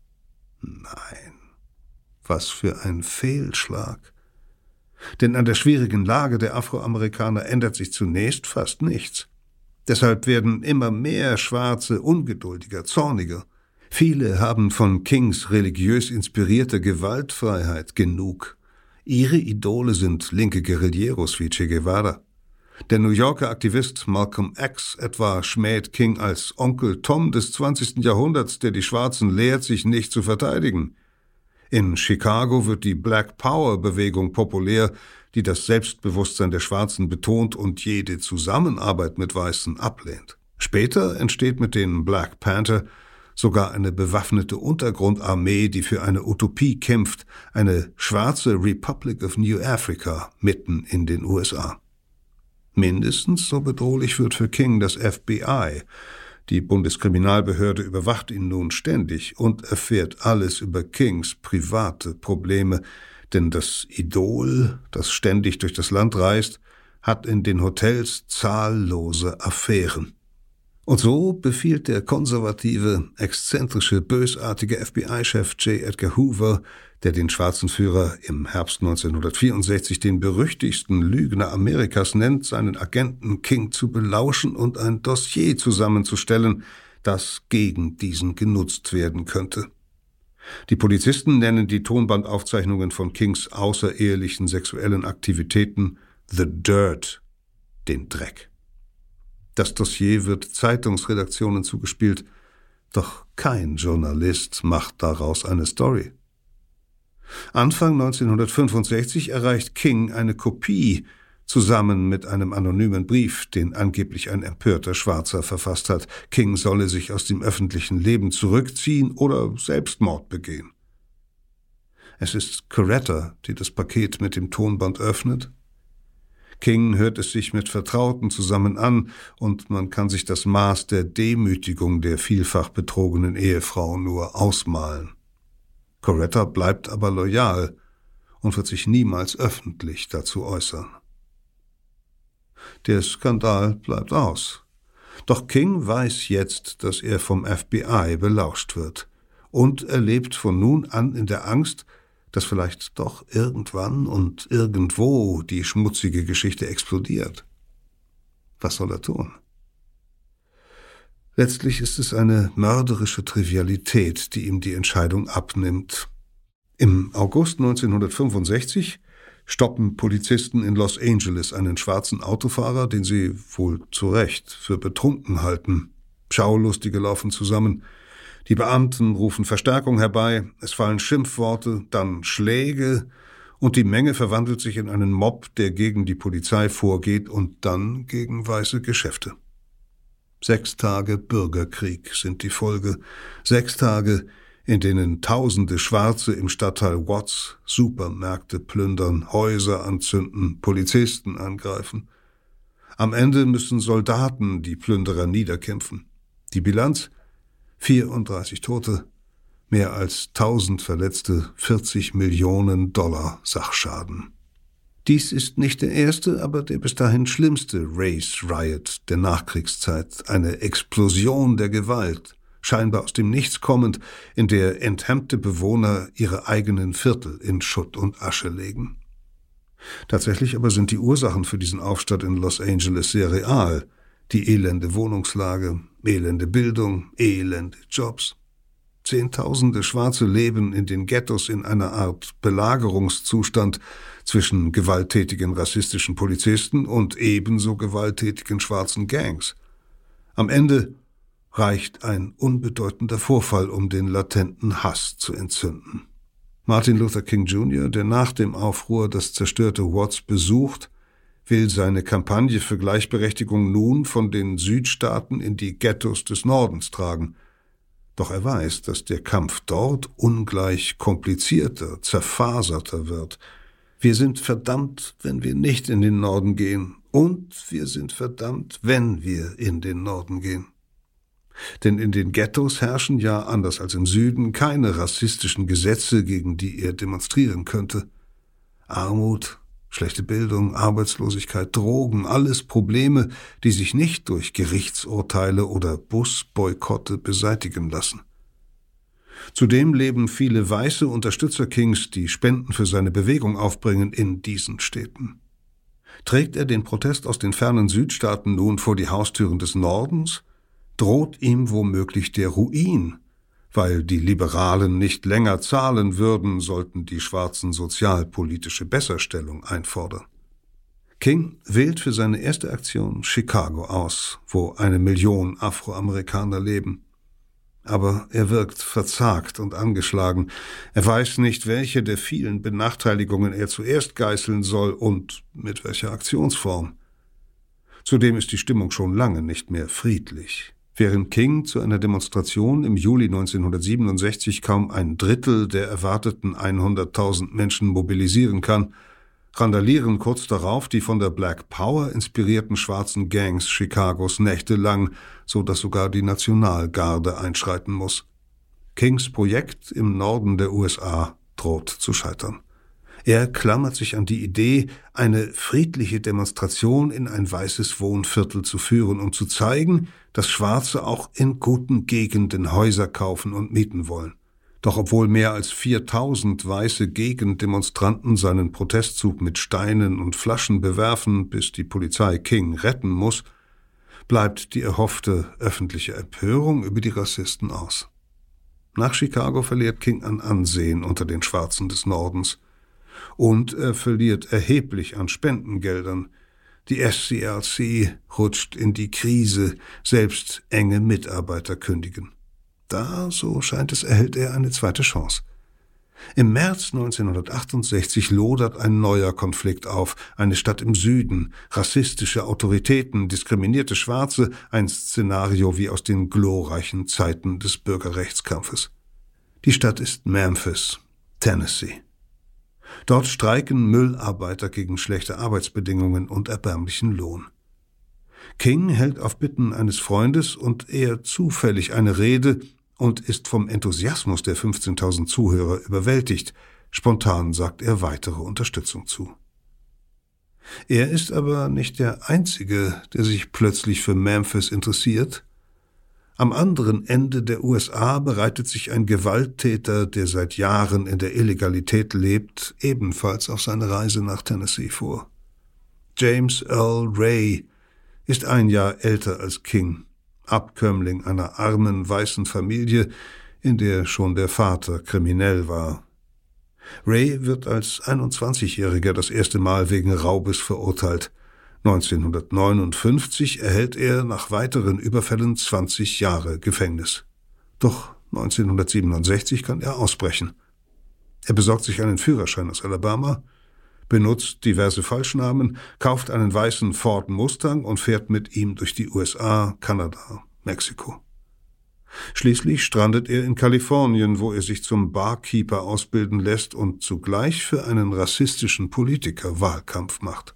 Nein, was für ein Fehlschlag! Denn an der schwierigen Lage der Afroamerikaner ändert sich zunächst fast nichts. Deshalb werden immer mehr Schwarze ungeduldiger, zorniger. Viele haben von Kings religiös inspirierter Gewaltfreiheit genug. Ihre Idole sind linke Guerilleros wie Che Guevara. Der New Yorker Aktivist Malcolm X etwa schmäht King als Onkel Tom des 20. Jahrhunderts, der die Schwarzen lehrt, sich nicht zu verteidigen. In Chicago wird die Black Power-Bewegung populär, die das Selbstbewusstsein der Schwarzen betont und jede Zusammenarbeit mit Weißen ablehnt. Später entsteht mit den Black Panther sogar eine bewaffnete Untergrundarmee, die für eine Utopie kämpft, eine schwarze Republic of New Africa mitten in den USA. Mindestens so bedrohlich wird für King das FBI. Die Bundeskriminalbehörde überwacht ihn nun ständig und erfährt alles über Kings private Probleme, denn das Idol, das ständig durch das Land reist, hat in den Hotels zahllose Affären. Und so befiehlt der konservative, exzentrische, bösartige FBI-Chef J. Edgar Hoover, der den schwarzen Führer im Herbst 1964 den berüchtigsten Lügner Amerikas nennt, seinen Agenten King zu belauschen und ein Dossier zusammenzustellen, das gegen diesen genutzt werden könnte. Die Polizisten nennen die Tonbandaufzeichnungen von Kings außerehelichen sexuellen Aktivitäten The Dirt, den Dreck. Das Dossier wird Zeitungsredaktionen zugespielt, doch kein Journalist macht daraus eine Story. Anfang 1965 erreicht King eine Kopie, zusammen mit einem anonymen Brief, den angeblich ein empörter Schwarzer verfasst hat. King solle sich aus dem öffentlichen Leben zurückziehen oder Selbstmord begehen. Es ist Coretta, die das Paket mit dem Tonband öffnet. King hört es sich mit Vertrauten zusammen an und man kann sich das Maß der Demütigung der vielfach betrogenen Ehefrau nur ausmalen. Coretta bleibt aber loyal und wird sich niemals öffentlich dazu äußern. Der Skandal bleibt aus. Doch King weiß jetzt, dass er vom FBI belauscht wird. Und er lebt von nun an in der Angst, dass vielleicht doch irgendwann und irgendwo die schmutzige Geschichte explodiert. Was soll er tun? Letztlich ist es eine mörderische Trivialität, die ihm die Entscheidung abnimmt. Im August 1965 stoppen Polizisten in Los Angeles einen schwarzen Autofahrer, den sie wohl zu Recht für betrunken halten. Schaulustige laufen zusammen. Die Beamten rufen Verstärkung herbei, es fallen Schimpfworte, dann Schläge und die Menge verwandelt sich in einen Mob, der gegen die Polizei vorgeht und dann gegen weiße Geschäfte. 6 Tage Bürgerkrieg sind die Folge. 6 Tage, in denen Tausende Schwarze im Stadtteil Watts Supermärkte plündern, Häuser anzünden, Polizisten angreifen. Am Ende müssen Soldaten die Plünderer niederkämpfen. Die Bilanz? 34 Tote, mehr als 1000 Verletzte, $40 Millionen Sachschaden. Dies ist nicht der erste, aber der bis dahin schlimmste Race Riot der Nachkriegszeit, eine Explosion der Gewalt, scheinbar aus dem Nichts kommend, in der enthemmte Bewohner ihre eigenen Viertel in Schutt und Asche legen. Tatsächlich aber sind die Ursachen für diesen Aufstand in Los Angeles sehr real. Die elende Wohnungslage, elende Bildung, elende Jobs. Zehntausende Schwarze leben in den Ghettos in einer Art Belagerungszustand zwischen gewalttätigen rassistischen Polizisten und ebenso gewalttätigen schwarzen Gangs. Am Ende reicht ein unbedeutender Vorfall, um den latenten Hass zu entzünden. Martin Luther King Jr., der nach dem Aufruhr das zerstörte Watts besucht, will seine Kampagne für Gleichberechtigung nun von den Südstaaten in die Ghettos des Nordens tragen. Doch er weiß, dass der Kampf dort ungleich komplizierter, zerfaserter wird. Wir sind verdammt, wenn wir nicht in den Norden gehen. Und wir sind verdammt, wenn wir in den Norden gehen. Denn in den Ghettos herrschen ja, anders als im Süden, keine rassistischen Gesetze, gegen die er demonstrieren könnte. Armut, schlechte Bildung, Arbeitslosigkeit, Drogen, alles Probleme, die sich nicht durch Gerichtsurteile oder Busboykotte beseitigen lassen. Zudem leben viele weiße Unterstützer Kings, die Spenden für seine Bewegung aufbringen, in diesen Städten. Trägt er den Protest aus den fernen Südstaaten nun vor die Haustüren des Nordens, droht ihm womöglich der Ruin, weil die Liberalen nicht länger zahlen würden, sollten die Schwarzen sozialpolitische Besserstellung einfordern. King wählt für seine erste Aktion Chicago aus, wo 1 Million Afroamerikaner leben. Aber er wirkt verzagt und angeschlagen. Er weiß nicht, welche der vielen Benachteiligungen er zuerst geißeln soll und mit welcher Aktionsform. Zudem ist die Stimmung schon lange nicht mehr friedlich. Während King zu einer Demonstration im Juli 1967 kaum 1/3 der erwarteten 100.000 Menschen mobilisieren kann, randalieren kurz darauf die von der Black Power inspirierten schwarzen Gangs Chicagos nächtelang, so dass sogar die Nationalgarde einschreiten muss. Kings Projekt im Norden der USA droht zu scheitern. Er klammert sich an die Idee, eine friedliche Demonstration in ein weißes Wohnviertel zu führen, um zu zeigen, dass Schwarze auch in guten Gegenden Häuser kaufen und mieten wollen. Doch obwohl mehr als 4000 weiße Gegendemonstranten seinen Protestzug mit Steinen und Flaschen bewerfen, bis die Polizei King retten muss, bleibt die erhoffte öffentliche Empörung über die Rassisten aus. Nach Chicago verliert King an Ansehen unter den Schwarzen des Nordens. Und er verliert erheblich an Spendengeldern. Die SCLC rutscht in die Krise, selbst enge Mitarbeiter kündigen. Da, so scheint es, erhält er eine zweite Chance. Im März 1968 lodert ein neuer Konflikt auf, eine Stadt im Süden, rassistische Autoritäten, diskriminierte Schwarze, ein Szenario wie aus den glorreichen Zeiten des Bürgerrechtskampfes. Die Stadt ist Memphis, Tennessee. Dort streiken Müllarbeiter gegen schlechte Arbeitsbedingungen und erbärmlichen Lohn. King hält auf Bitten eines Freundes und eher zufällig eine Rede und ist vom Enthusiasmus der 15.000 Zuhörer überwältigt. Spontan sagt er weitere Unterstützung zu. Er ist aber nicht der Einzige, der sich plötzlich für Memphis interessiert. Am anderen Ende der USA bereitet sich ein Gewalttäter, der seit Jahren in der Illegalität lebt, ebenfalls auf seine Reise nach Tennessee vor. James Earl Ray ist 1 Jahr älter als King, Abkömmling einer armen weißen Familie, in der schon der Vater kriminell war. Ray wird als 21-Jähriger das erste Mal wegen Raubes verurteilt. 1959 erhält er nach weiteren Überfällen 20 Jahre Gefängnis. Doch 1967 kann er ausbrechen. Er besorgt sich einen Führerschein aus Alabama, benutzt diverse Falschnamen, kauft einen weißen Ford Mustang und fährt mit ihm durch die USA, Kanada, Mexiko. Schließlich strandet er in Kalifornien, wo er sich zum Barkeeper ausbilden lässt und zugleich für einen rassistischen Politiker Wahlkampf macht.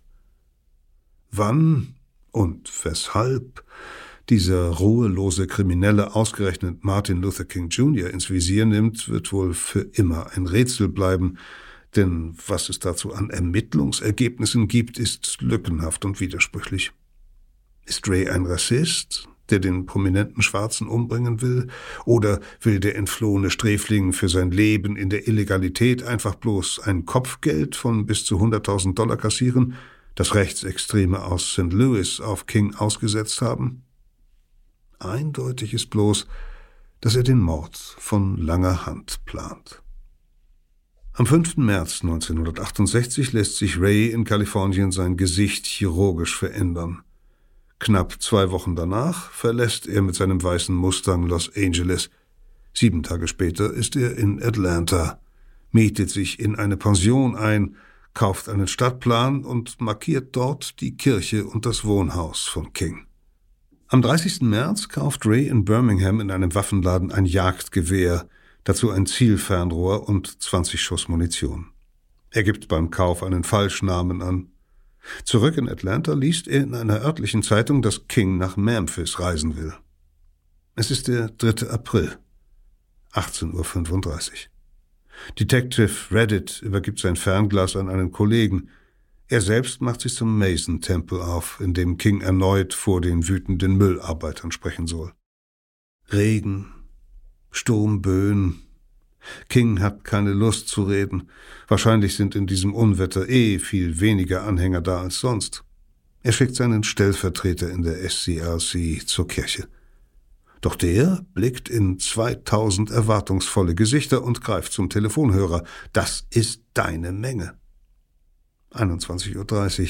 Wann und weshalb dieser ruhelose Kriminelle ausgerechnet Martin Luther King Jr. ins Visier nimmt, wird wohl für immer ein Rätsel bleiben, denn was es dazu an Ermittlungsergebnissen gibt, ist lückenhaft und widersprüchlich. Ist Ray ein Rassist, der den prominenten Schwarzen umbringen will, oder will der entflohene Sträfling für sein Leben in der Illegalität einfach bloß ein Kopfgeld von bis zu $100.000 kassieren, das Rechtsextreme aus St. Louis auf King ausgesetzt haben? Eindeutig ist bloß, dass er den Mord von langer Hand plant. Am 5. März 1968 lässt sich Ray in Kalifornien sein Gesicht chirurgisch verändern. Knapp 2 Wochen danach verlässt er mit seinem weißen Mustang Los Angeles. 7 Tage später ist er in Atlanta, mietet sich in eine Pension ein, kauft einen Stadtplan und markiert dort die Kirche und das Wohnhaus von King. Am 30. März kauft Ray in Birmingham in einem Waffenladen ein Jagdgewehr, dazu ein Zielfernrohr und 20 Schuss Munition. Er gibt beim Kauf einen Falschnamen an. Zurück in Atlanta liest er in einer örtlichen Zeitung, dass King nach Memphis reisen will. Es ist der 3. April, 18:35 Uhr. Detective Reddit übergibt sein Fernglas an einen Kollegen. Er selbst macht sich zum Mason-Tempel auf, in dem King erneut vor den wütenden Müllarbeitern sprechen soll. Regen, Sturmböen. King hat keine Lust zu reden. Wahrscheinlich sind in diesem Unwetter viel weniger Anhänger da als sonst. Er schickt seinen Stellvertreter in der SCRC zur Kirche. Doch der blickt in 2000 erwartungsvolle Gesichter und greift zum Telefonhörer. Das ist deine Menge. 21:30 Uhr.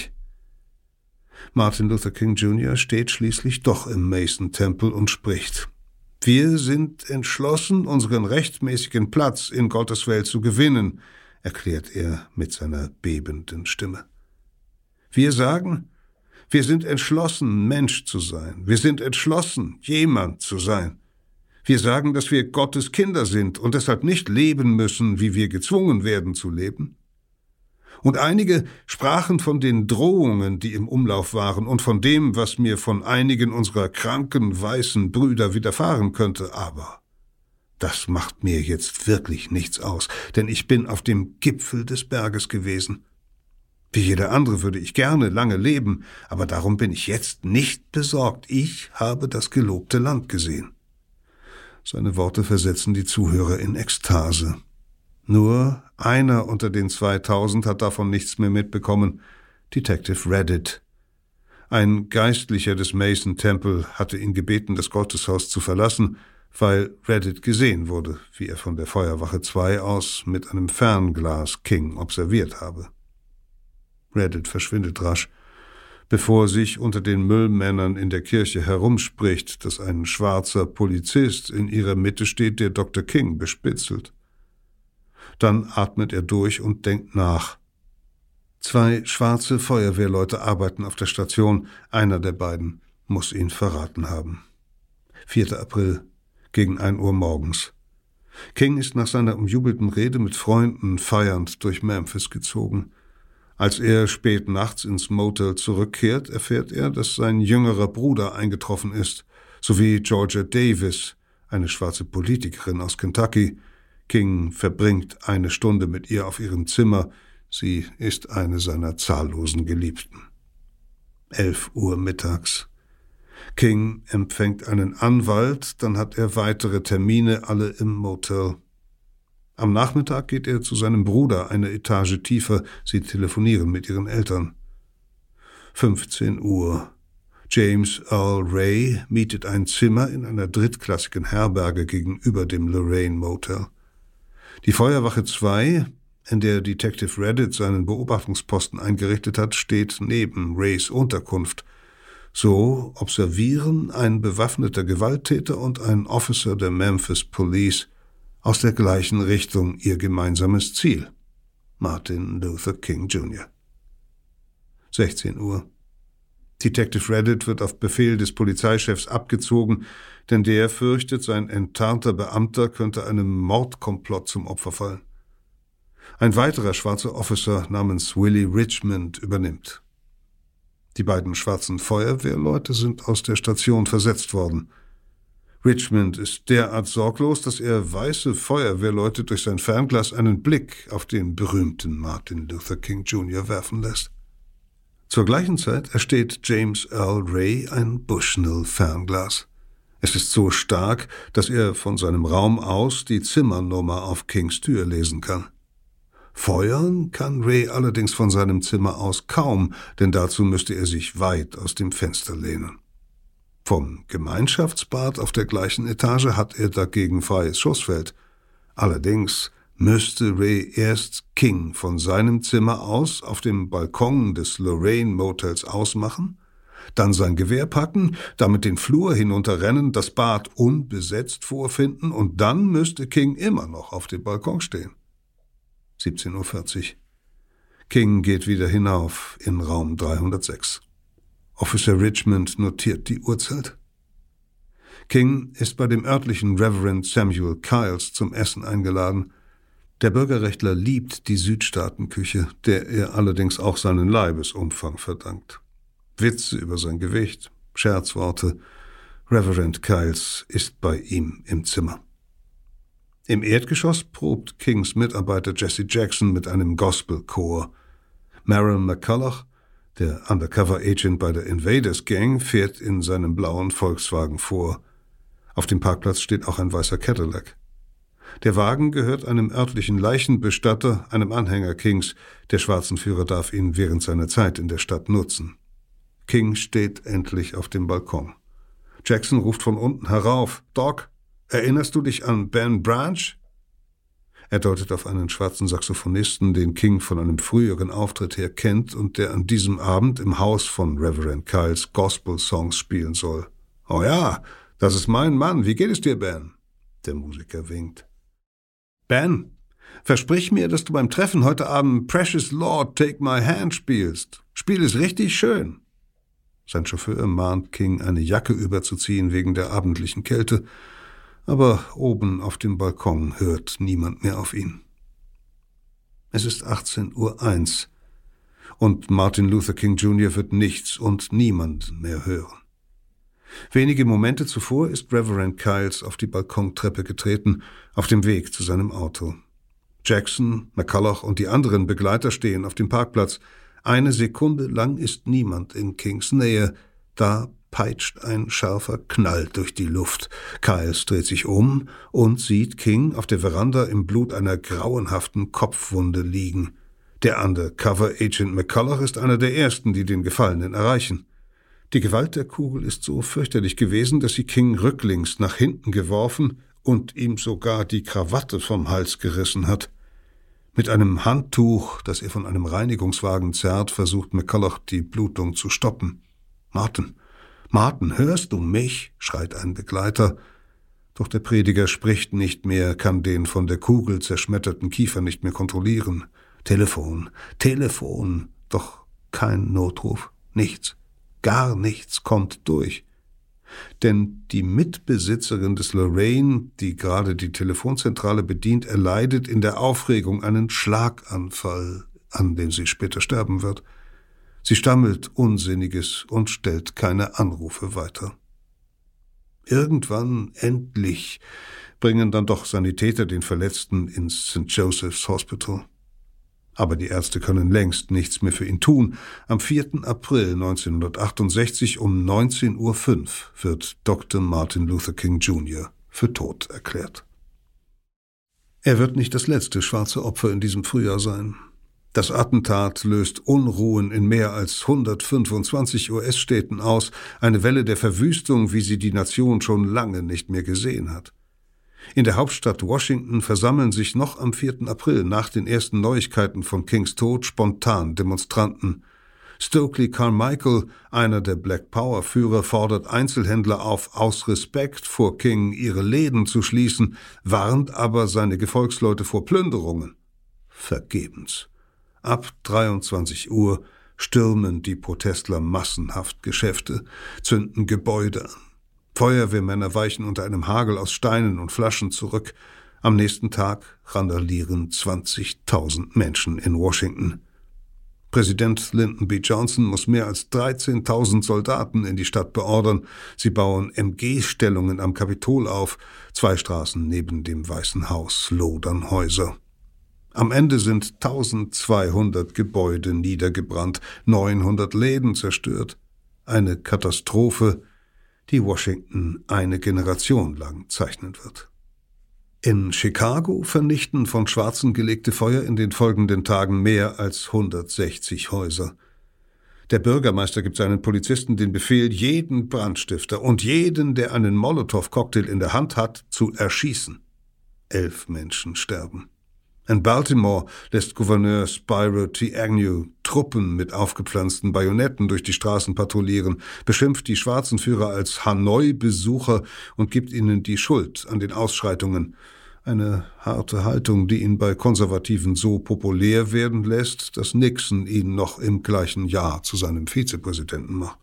Martin Luther King Jr. steht schließlich doch im Mason-Tempel und spricht. Wir sind entschlossen, unseren rechtmäßigen Platz in Gottes Welt zu gewinnen, erklärt er mit seiner bebenden Stimme. Wir sagen, wir sind entschlossen, Mensch zu sein. Wir sind entschlossen, jemand zu sein. Wir sagen, dass wir Gottes Kinder sind und deshalb nicht leben müssen, wie wir gezwungen werden zu leben. Und einige sprachen von den Drohungen, die im Umlauf waren und von dem, was mir von einigen unserer kranken, weißen Brüder widerfahren könnte. Aber das macht mir jetzt wirklich nichts aus, denn ich bin auf dem Gipfel des Berges gewesen. Wie jeder andere würde ich gerne lange leben, aber darum bin ich jetzt nicht besorgt. Ich habe das gelobte Land gesehen. Seine Worte versetzen die Zuhörer in Ekstase. Nur einer unter den 2000 hat davon nichts mehr mitbekommen, Detective Reddit. Ein Geistlicher des Mason-Tempel hatte ihn gebeten, das Gotteshaus zu verlassen, weil Reddit gesehen wurde, wie er von der Feuerwache 2 aus mit einem Fernglas King observiert habe. Reddit verschwindet rasch, bevor sich unter den Müllmännern in der Kirche herumspricht, dass ein schwarzer Polizist in ihrer Mitte steht, der Dr. King bespitzelt. Dann atmet er durch und denkt nach. 2 schwarze Feuerwehrleute arbeiten auf der Station, einer der beiden muss ihn verraten haben. 4. April, gegen 1 Uhr morgens. King ist nach seiner umjubelten Rede mit Freunden feiernd durch Memphis gezogen. Als er spät nachts ins Motel zurückkehrt, erfährt er, dass sein jüngerer Bruder eingetroffen ist, sowie Georgia Davis, eine schwarze Politikerin aus Kentucky. King verbringt eine Stunde mit ihr auf ihrem Zimmer. Sie ist eine seiner zahllosen Geliebten. 11 Uhr mittags. King empfängt einen Anwalt, dann hat er weitere Termine, alle im Motel. Am Nachmittag geht er zu seinem Bruder eine Etage tiefer, sie telefonieren mit ihren Eltern. 15 Uhr. James Earl Ray mietet ein Zimmer in einer drittklassigen Herberge gegenüber dem Lorraine Motel. Die Feuerwache 2, in der Detective Reddit seinen Beobachtungsposten eingerichtet hat, steht neben Rays Unterkunft. So observieren ein bewaffneter Gewalttäter und ein Officer der Memphis Police aus der gleichen Richtung ihr gemeinsames Ziel: Martin Luther King Jr. 16 Uhr. Detective Reddit wird auf Befehl des Polizeichefs abgezogen, denn der fürchtet, sein enttarnter Beamter könnte einem Mordkomplott zum Opfer fallen. Ein weiterer schwarzer Officer namens Willie Richmond übernimmt. Die beiden schwarzen Feuerwehrleute sind aus der Station versetzt worden. Richmond ist derart sorglos, dass er weiße Feuerwehrleute durch sein Fernglas einen Blick auf den berühmten Martin Luther King Jr. werfen lässt. Zur gleichen Zeit ersteht James Earl Ray ein Bushnell-Fernglas. Es ist so stark, dass er von seinem Raum aus die Zimmernummer auf Kings Tür lesen kann. Feuern kann Ray allerdings von seinem Zimmer aus kaum, denn dazu müsste er sich weit aus dem Fenster lehnen. Vom Gemeinschaftsbad auf der gleichen Etage hat er dagegen freies Schussfeld. Allerdings müsste Ray erst King von seinem Zimmer aus auf dem Balkon des Lorraine Motels ausmachen, dann sein Gewehr packen, damit den Flur hinunterrennen, das Bad unbesetzt vorfinden und dann müsste King immer noch auf dem Balkon stehen. 17:40 Uhr. King geht wieder hinauf in Raum 306. Officer Richmond notiert die Uhrzeit. King ist bei dem örtlichen Reverend Samuel Kiles zum Essen eingeladen. Der Bürgerrechtler liebt die Südstaatenküche, der er allerdings auch seinen Leibesumfang verdankt. Witze über sein Gewicht, Scherzworte. Reverend Kiles ist bei ihm im Zimmer. Im Erdgeschoss probt Kings Mitarbeiter Jesse Jackson mit einem Gospelchor. Merrill McCulloch, der Undercover-Agent bei der Invaders Gang, fährt in seinem blauen Volkswagen vor. Auf dem Parkplatz steht auch ein weißer Cadillac. Der Wagen gehört einem örtlichen Leichenbestatter, einem Anhänger Kings. Der Schwarzenführer darf ihn während seiner Zeit in der Stadt nutzen. King steht endlich auf dem Balkon. Jackson ruft von unten herauf: »Doc, erinnerst du dich an Ben Branch?« Er deutet auf einen schwarzen Saxophonisten, den King von einem früheren Auftritt her kennt und der an diesem Abend im Haus von Reverend Kiles Gospel-Songs spielen soll. »Oh ja, das ist mein Mann. Wie geht es dir, Ben?« Der Musiker winkt. »Ben, versprich mir, dass du beim Treffen heute Abend Precious Lord, Take My Hand spielst. Spiel es richtig schön.« Sein Chauffeur mahnt King, eine Jacke überzuziehen wegen der abendlichen Kälte, aber oben auf dem Balkon hört niemand mehr auf ihn. Es ist 18:01 Uhr und Martin Luther King Jr. wird nichts und niemanden mehr hören. Wenige Momente zuvor ist Reverend Kiles auf die Balkontreppe getreten, auf dem Weg zu seinem Auto. Jackson, McCulloch und die anderen Begleiter stehen auf dem Parkplatz. Eine Sekunde lang ist niemand in Kings Nähe. Da peitscht ein scharfer Knall durch die Luft. Kiles dreht sich um und sieht King auf der Veranda im Blut einer grauenhaften Kopfwunde liegen. Der Undercover-Agent McCulloch ist einer der ersten, die den Gefallenen erreichen. Die Gewalt der Kugel ist so fürchterlich gewesen, dass sie King rücklings nach hinten geworfen und ihm sogar die Krawatte vom Hals gerissen hat. Mit einem Handtuch, das er von einem Reinigungswagen zerrt, versucht McCulloch, die Blutung zu stoppen. »Martin, hörst du mich?« schreit ein Begleiter. Doch der Prediger spricht nicht mehr, kann den von der Kugel zerschmetterten Kiefer nicht mehr kontrollieren. Telefon, doch kein Notruf, nichts. Gar nichts kommt durch. Denn die Mitbesitzerin des Lorraine, die gerade die Telefonzentrale bedient, erleidet in der Aufregung einen Schlaganfall, an dem sie später sterben wird. Sie stammelt Unsinniges und stellt keine Anrufe weiter. Irgendwann, endlich, bringen dann doch Sanitäter den Verletzten ins St. Joseph's Hospital. Aber die Ärzte können längst nichts mehr für ihn tun. Am 4. April 1968 um 19:05 Uhr wird Dr. Martin Luther King Jr. für tot erklärt. Er wird nicht das letzte schwarze Opfer in diesem Frühjahr sein. Das Attentat löst Unruhen in mehr als 125 US-Städten aus, eine Welle der Verwüstung, wie sie die Nation schon lange nicht mehr gesehen hat. In der Hauptstadt Washington versammeln sich noch am 4. April nach den ersten Neuigkeiten von Kings Tod spontan Demonstranten. Stokely Carmichael, einer der Black Power-Führer, fordert Einzelhändler auf, aus Respekt vor King ihre Läden zu schließen, warnt aber seine Gefolgsleute vor Plünderungen. Vergebens. Ab 23 Uhr stürmen die Protestler massenhaft Geschäfte, zünden Gebäude an. Feuerwehrmänner weichen unter einem Hagel aus Steinen und Flaschen zurück. Am nächsten Tag randalieren 20.000 Menschen in Washington. Präsident Lyndon B. Johnson muss mehr als 13.000 Soldaten in die Stadt beordern. Sie bauen MG-Stellungen am Kapitol auf. 2 Straßen neben dem Weißen Haus lodern Häuser. Am Ende sind 1200 Gebäude niedergebrannt, 900 Läden zerstört. Eine Katastrophe, die Washington eine Generation lang zeichnen wird. In Chicago vernichten von Schwarzen gelegte Feuer in den folgenden Tagen mehr als 160 Häuser. Der Bürgermeister gibt seinen Polizisten den Befehl, jeden Brandstifter und jeden, der einen Molotow-Cocktail in der Hand hat, zu erschießen. 11 Menschen sterben. In Baltimore lässt Gouverneur Spiro T. Agnew Truppen mit aufgepflanzten Bajonetten durch die Straßen patrouillieren, beschimpft die schwarzen Führer als Hanoi-Besucher und gibt ihnen die Schuld an den Ausschreitungen. Eine harte Haltung, die ihn bei Konservativen so populär werden lässt, dass Nixon ihn noch im gleichen Jahr zu seinem Vizepräsidenten macht.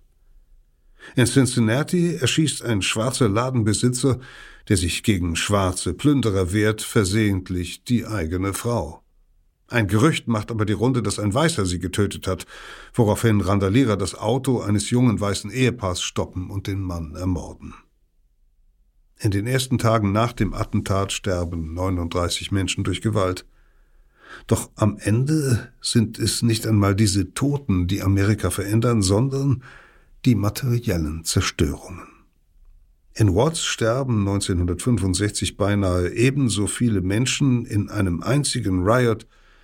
In Cincinnati erschießt ein schwarzer Ladenbesitzer, der sich gegen schwarze Plünderer wehrt, versehentlich die eigene Frau. Ein Gerücht macht aber die Runde, dass ein Weißer sie getötet hat, woraufhin Randalierer das Auto eines jungen weißen Ehepaars stoppen und den Mann ermorden. In den ersten Tagen nach dem Attentat sterben 39 Menschen durch Gewalt. Doch am Ende sind es nicht einmal diese Toten, die Amerika verändern, sondern die materiellen Zerstörungen. In Watts sterben 1965 beinahe ebenso viele Menschen in einem einzigen Riot.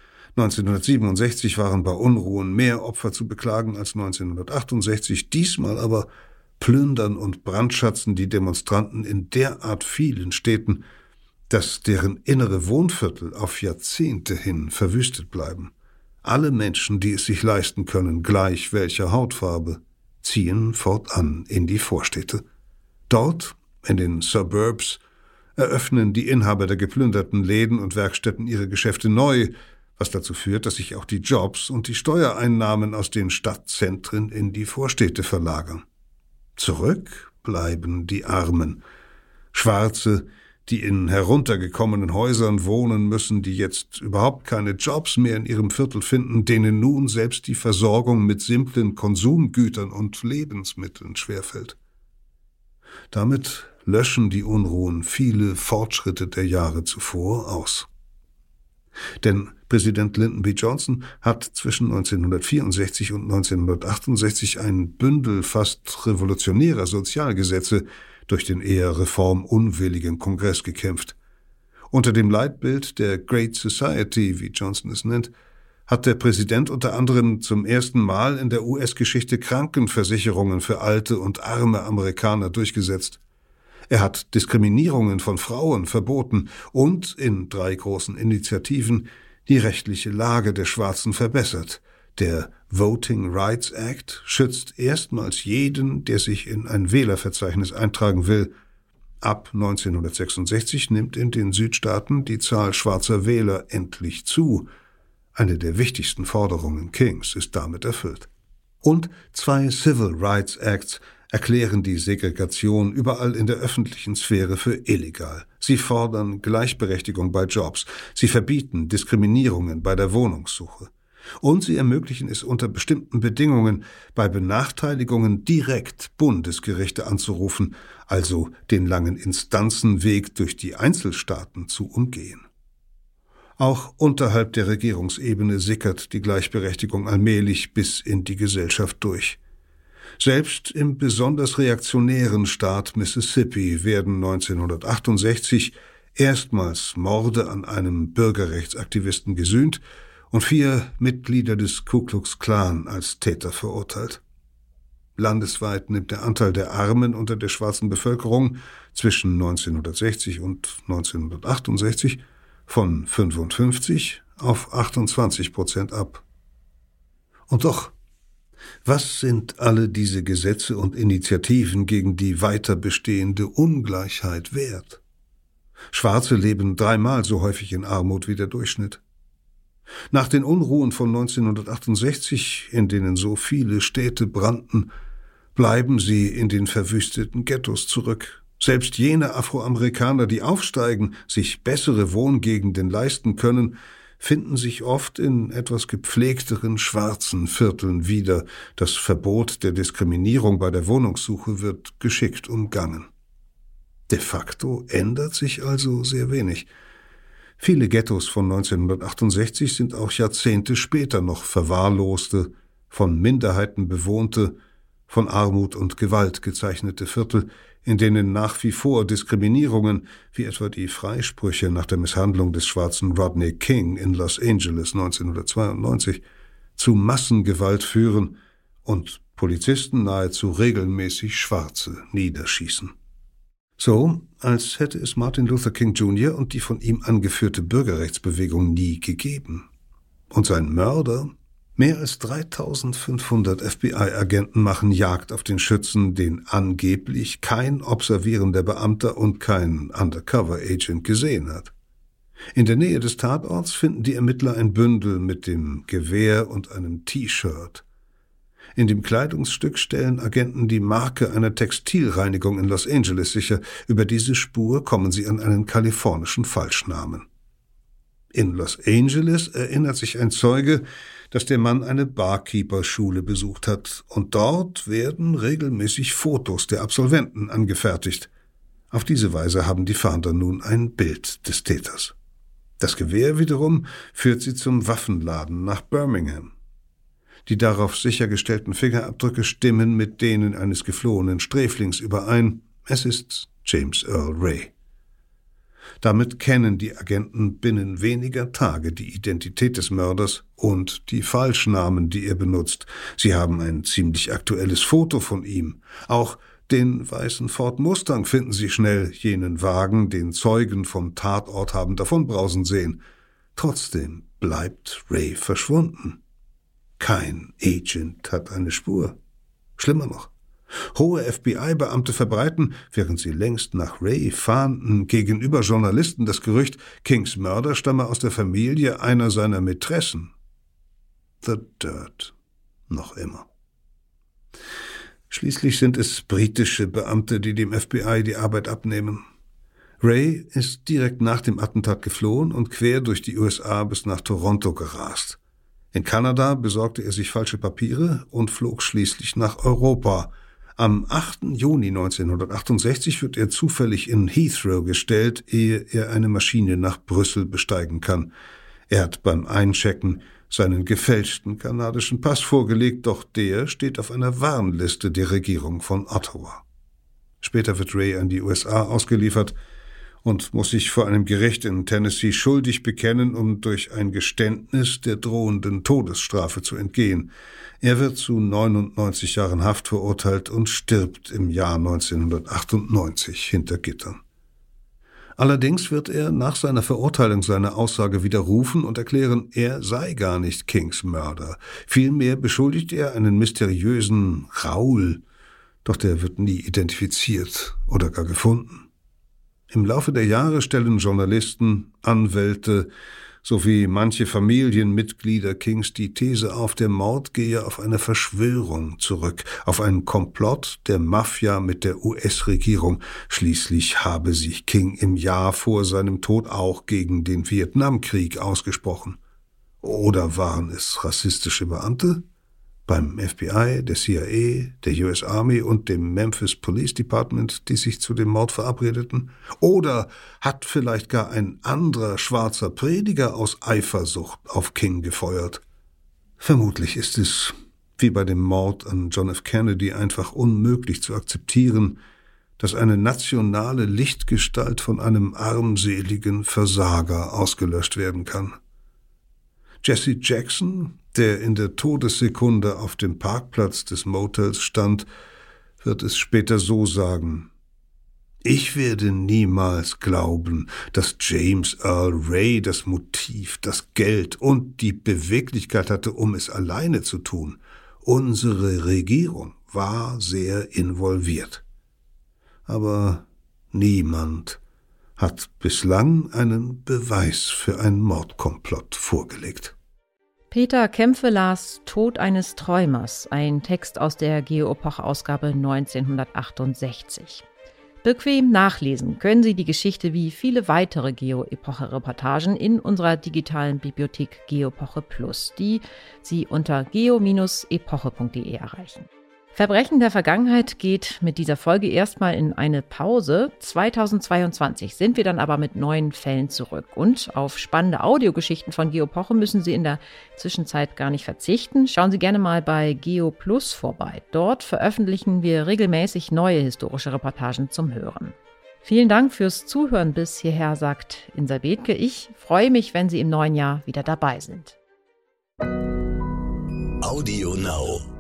1967 waren bei Unruhen mehr Opfer zu beklagen als 1968. Diesmal aber plündern und brandschatzen die Demonstranten in derart vielen Städten, dass deren innere Wohnviertel auf Jahrzehnte hin verwüstet bleiben. Alle Menschen, die es sich leisten können, gleich welcher Hautfarbe, ziehen fortan in die Vorstädte. Dort, in den Suburbs, eröffnen die Inhaber der geplünderten Läden und Werkstätten ihre Geschäfte neu, was dazu führt, dass sich auch die Jobs und die Steuereinnahmen aus den Stadtzentren in die Vorstädte verlagern. Zurück bleiben die Armen, Schwarze, die in heruntergekommenen Häusern wohnen müssen, die jetzt überhaupt keine Jobs mehr in ihrem Viertel finden, denen nun selbst die Versorgung mit simplen Konsumgütern und Lebensmitteln schwerfällt. Damit löschen die Unruhen viele Fortschritte der Jahre zuvor aus. Denn Präsident Lyndon B. Johnson hat zwischen 1964 und 1968 ein Bündel fast revolutionärer Sozialgesetze durch den eher reformunwilligen Kongress gekämpft. Unter dem Leitbild der Great Society, wie Johnson es nennt, hat der Präsident unter anderem zum ersten Mal in der US-Geschichte Krankenversicherungen für alte und arme Amerikaner durchgesetzt. Er hat Diskriminierungen von Frauen verboten und in 3 großen Initiativen die rechtliche Lage der Schwarzen verbessert. Der Voting Rights Act schützt erstmals jeden, der sich in ein Wählerverzeichnis eintragen will. Ab 1966 nimmt in den Südstaaten die Zahl schwarzer Wähler endlich zu. Eine der wichtigsten Forderungen Kings ist damit erfüllt. Und 2 Civil Rights Acts erklären die Segregation überall in der öffentlichen Sphäre für illegal. Sie fordern Gleichberechtigung bei Jobs. Sie verbieten Diskriminierungen bei der Wohnungssuche. Und sie ermöglichen es unter bestimmten Bedingungen, bei Benachteiligungen direkt Bundesgerichte anzurufen, also den langen Instanzenweg durch die Einzelstaaten zu umgehen. Auch unterhalb der Regierungsebene sickert die Gleichberechtigung allmählich bis in die Gesellschaft durch. Selbst im besonders reaktionären Staat Mississippi werden 1968 erstmals Morde an einem Bürgerrechtsaktivisten gesühnt und 4 Mitglieder des Ku Klux Klan als Täter verurteilt. Landesweit nimmt der Anteil der Armen unter der schwarzen Bevölkerung zwischen 1960 und 1968 von 55 auf 28% ab. Und doch, was sind alle diese Gesetze und Initiativen gegen die weiter bestehende Ungleichheit wert? Schwarze leben 3-mal so häufig in Armut wie der Durchschnitt. Nach den Unruhen von 1968, in denen so viele Städte brannten, bleiben sie in den verwüsteten Ghettos zurück. Selbst jene Afroamerikaner, die aufsteigen, sich bessere Wohngegenden leisten können, finden sich oft in etwas gepflegteren schwarzen Vierteln wieder. Das Verbot der Diskriminierung bei der Wohnungssuche wird geschickt umgangen. De facto ändert sich also sehr wenig. Viele Ghettos von 1968 sind auch Jahrzehnte später noch verwahrloste, von Minderheiten bewohnte, von Armut und Gewalt gezeichnete Viertel, in denen nach wie vor Diskriminierungen, wie etwa die Freisprüche nach der Misshandlung des schwarzen Rodney King in Los Angeles 1992, zu Massengewalt führen und Polizisten nahezu regelmäßig Schwarze niederschießen. So, als hätte es Martin Luther King Jr. und die von ihm angeführte Bürgerrechtsbewegung nie gegeben. Und sein Mörder? Mehr als 3500 FBI-Agenten machen Jagd auf den Schützen, den angeblich kein observierender Beamter und kein Undercover-Agent gesehen hat. In der Nähe des Tatorts finden die Ermittler ein Bündel mit dem Gewehr und einem T-Shirt. In dem Kleidungsstück stellen Agenten die Marke einer Textilreinigung in Los Angeles sicher. Über diese Spur kommen sie an einen kalifornischen Falschnamen. In Los Angeles erinnert sich ein Zeuge, dass der Mann eine Barkeeper-Schule besucht hat, und dort werden regelmäßig Fotos der Absolventen angefertigt. Auf diese Weise haben die Fahnder nun ein Bild des Täters. Das Gewehr wiederum führt sie zum Waffenladen nach Birmingham. Die darauf sichergestellten Fingerabdrücke stimmen mit denen eines geflohenen Sträflings überein. Es ist James Earl Ray. Damit kennen die Agenten binnen weniger Tage die Identität des Mörders und die Falschnamen, die er benutzt. Sie haben ein ziemlich aktuelles Foto von ihm. Auch den weißen Ford Mustang finden sie schnell, jenen Wagen, den Zeugen vom Tatort haben davonbrausen sehen. Trotzdem bleibt Ray verschwunden. Kein Agent hat eine Spur. Schlimmer noch. Hohe FBI-Beamte verbreiten, während sie längst nach Ray fahnden, gegenüber Journalisten das Gerücht, Kings Mörder stamme aus der Familie einer seiner Mätressen. The Dirt. Noch immer. Schließlich sind es britische Beamte, die dem FBI die Arbeit abnehmen. Ray ist direkt nach dem Attentat geflohen und quer durch die USA bis nach Toronto gerast. In Kanada besorgte er sich falsche Papiere und flog schließlich nach Europa. Am 8. Juni 1968 wird er zufällig in Heathrow gestellt, ehe er eine Maschine nach Brüssel besteigen kann. Er hat beim Einchecken seinen gefälschten kanadischen Pass vorgelegt, doch der steht auf einer Warnliste der Regierung von Ottawa. Später wird Ray an die USA ausgeliefert und muss sich vor einem Gericht in Tennessee schuldig bekennen, um durch ein Geständnis der drohenden Todesstrafe zu entgehen. Er wird zu 99 Jahren Haft verurteilt und stirbt im Jahr 1998 hinter Gittern. Allerdings wird er nach seiner Verurteilung seine Aussage widerrufen und erklären, er sei gar nicht Kings Mörder. Vielmehr beschuldigt er einen mysteriösen Raoul, doch der wird nie identifiziert oder gar gefunden. Im Laufe der Jahre stellen Journalisten, Anwälte so wie manche Familienmitglieder Kings die These auf, der Mord gehe auf eine Verschwörung zurück, auf einen Komplott der Mafia mit der US-Regierung. Schließlich habe sich King im Jahr vor seinem Tod auch gegen den Vietnamkrieg ausgesprochen. Oder waren es rassistische Beamte? Beim FBI, der CIA, der US Army und dem Memphis Police Department, die sich zu dem Mord verabredeten? Oder hat vielleicht gar ein anderer schwarzer Prediger aus Eifersucht auf King gefeuert? Vermutlich ist es, wie bei dem Mord an John F. Kennedy, einfach unmöglich zu akzeptieren, dass eine nationale Lichtgestalt von einem armseligen Versager ausgelöscht werden kann. Jesse Jackson, der in der Todessekunde auf dem Parkplatz des Motels stand, wird es später so sagen: Ich werde niemals glauben, dass James Earl Ray das Motiv, das Geld und die Beweglichkeit hatte, um es alleine zu tun. Unsere Regierung war sehr involviert. Aber niemand hat bislang einen Beweis für einen Mordkomplott vorgelegt. Peter Kämpfe las Tod eines Träumers, ein Text aus der Geo-Epoche-Ausgabe 1968. Bequem nachlesen können Sie die Geschichte wie viele weitere Geo-Epoche-Reportagen in unserer digitalen Bibliothek Geo-Epoche Plus, die Sie unter geo-epoche.de erreichen. Verbrechen der Vergangenheit geht mit dieser Folge erstmal in eine Pause. 2022 sind wir dann aber mit neuen Fällen zurück. Und auf spannende Audiogeschichten von Geo-Epoche müssen Sie in der Zwischenzeit gar nicht verzichten. Schauen Sie gerne mal bei Geo Plus vorbei. Dort veröffentlichen wir regelmäßig neue historische Reportagen zum Hören. Vielen Dank fürs Zuhören bis hierher, sagt Insa Bethke. Ich freue mich, wenn Sie im neuen Jahr wieder dabei sind. Audio Now.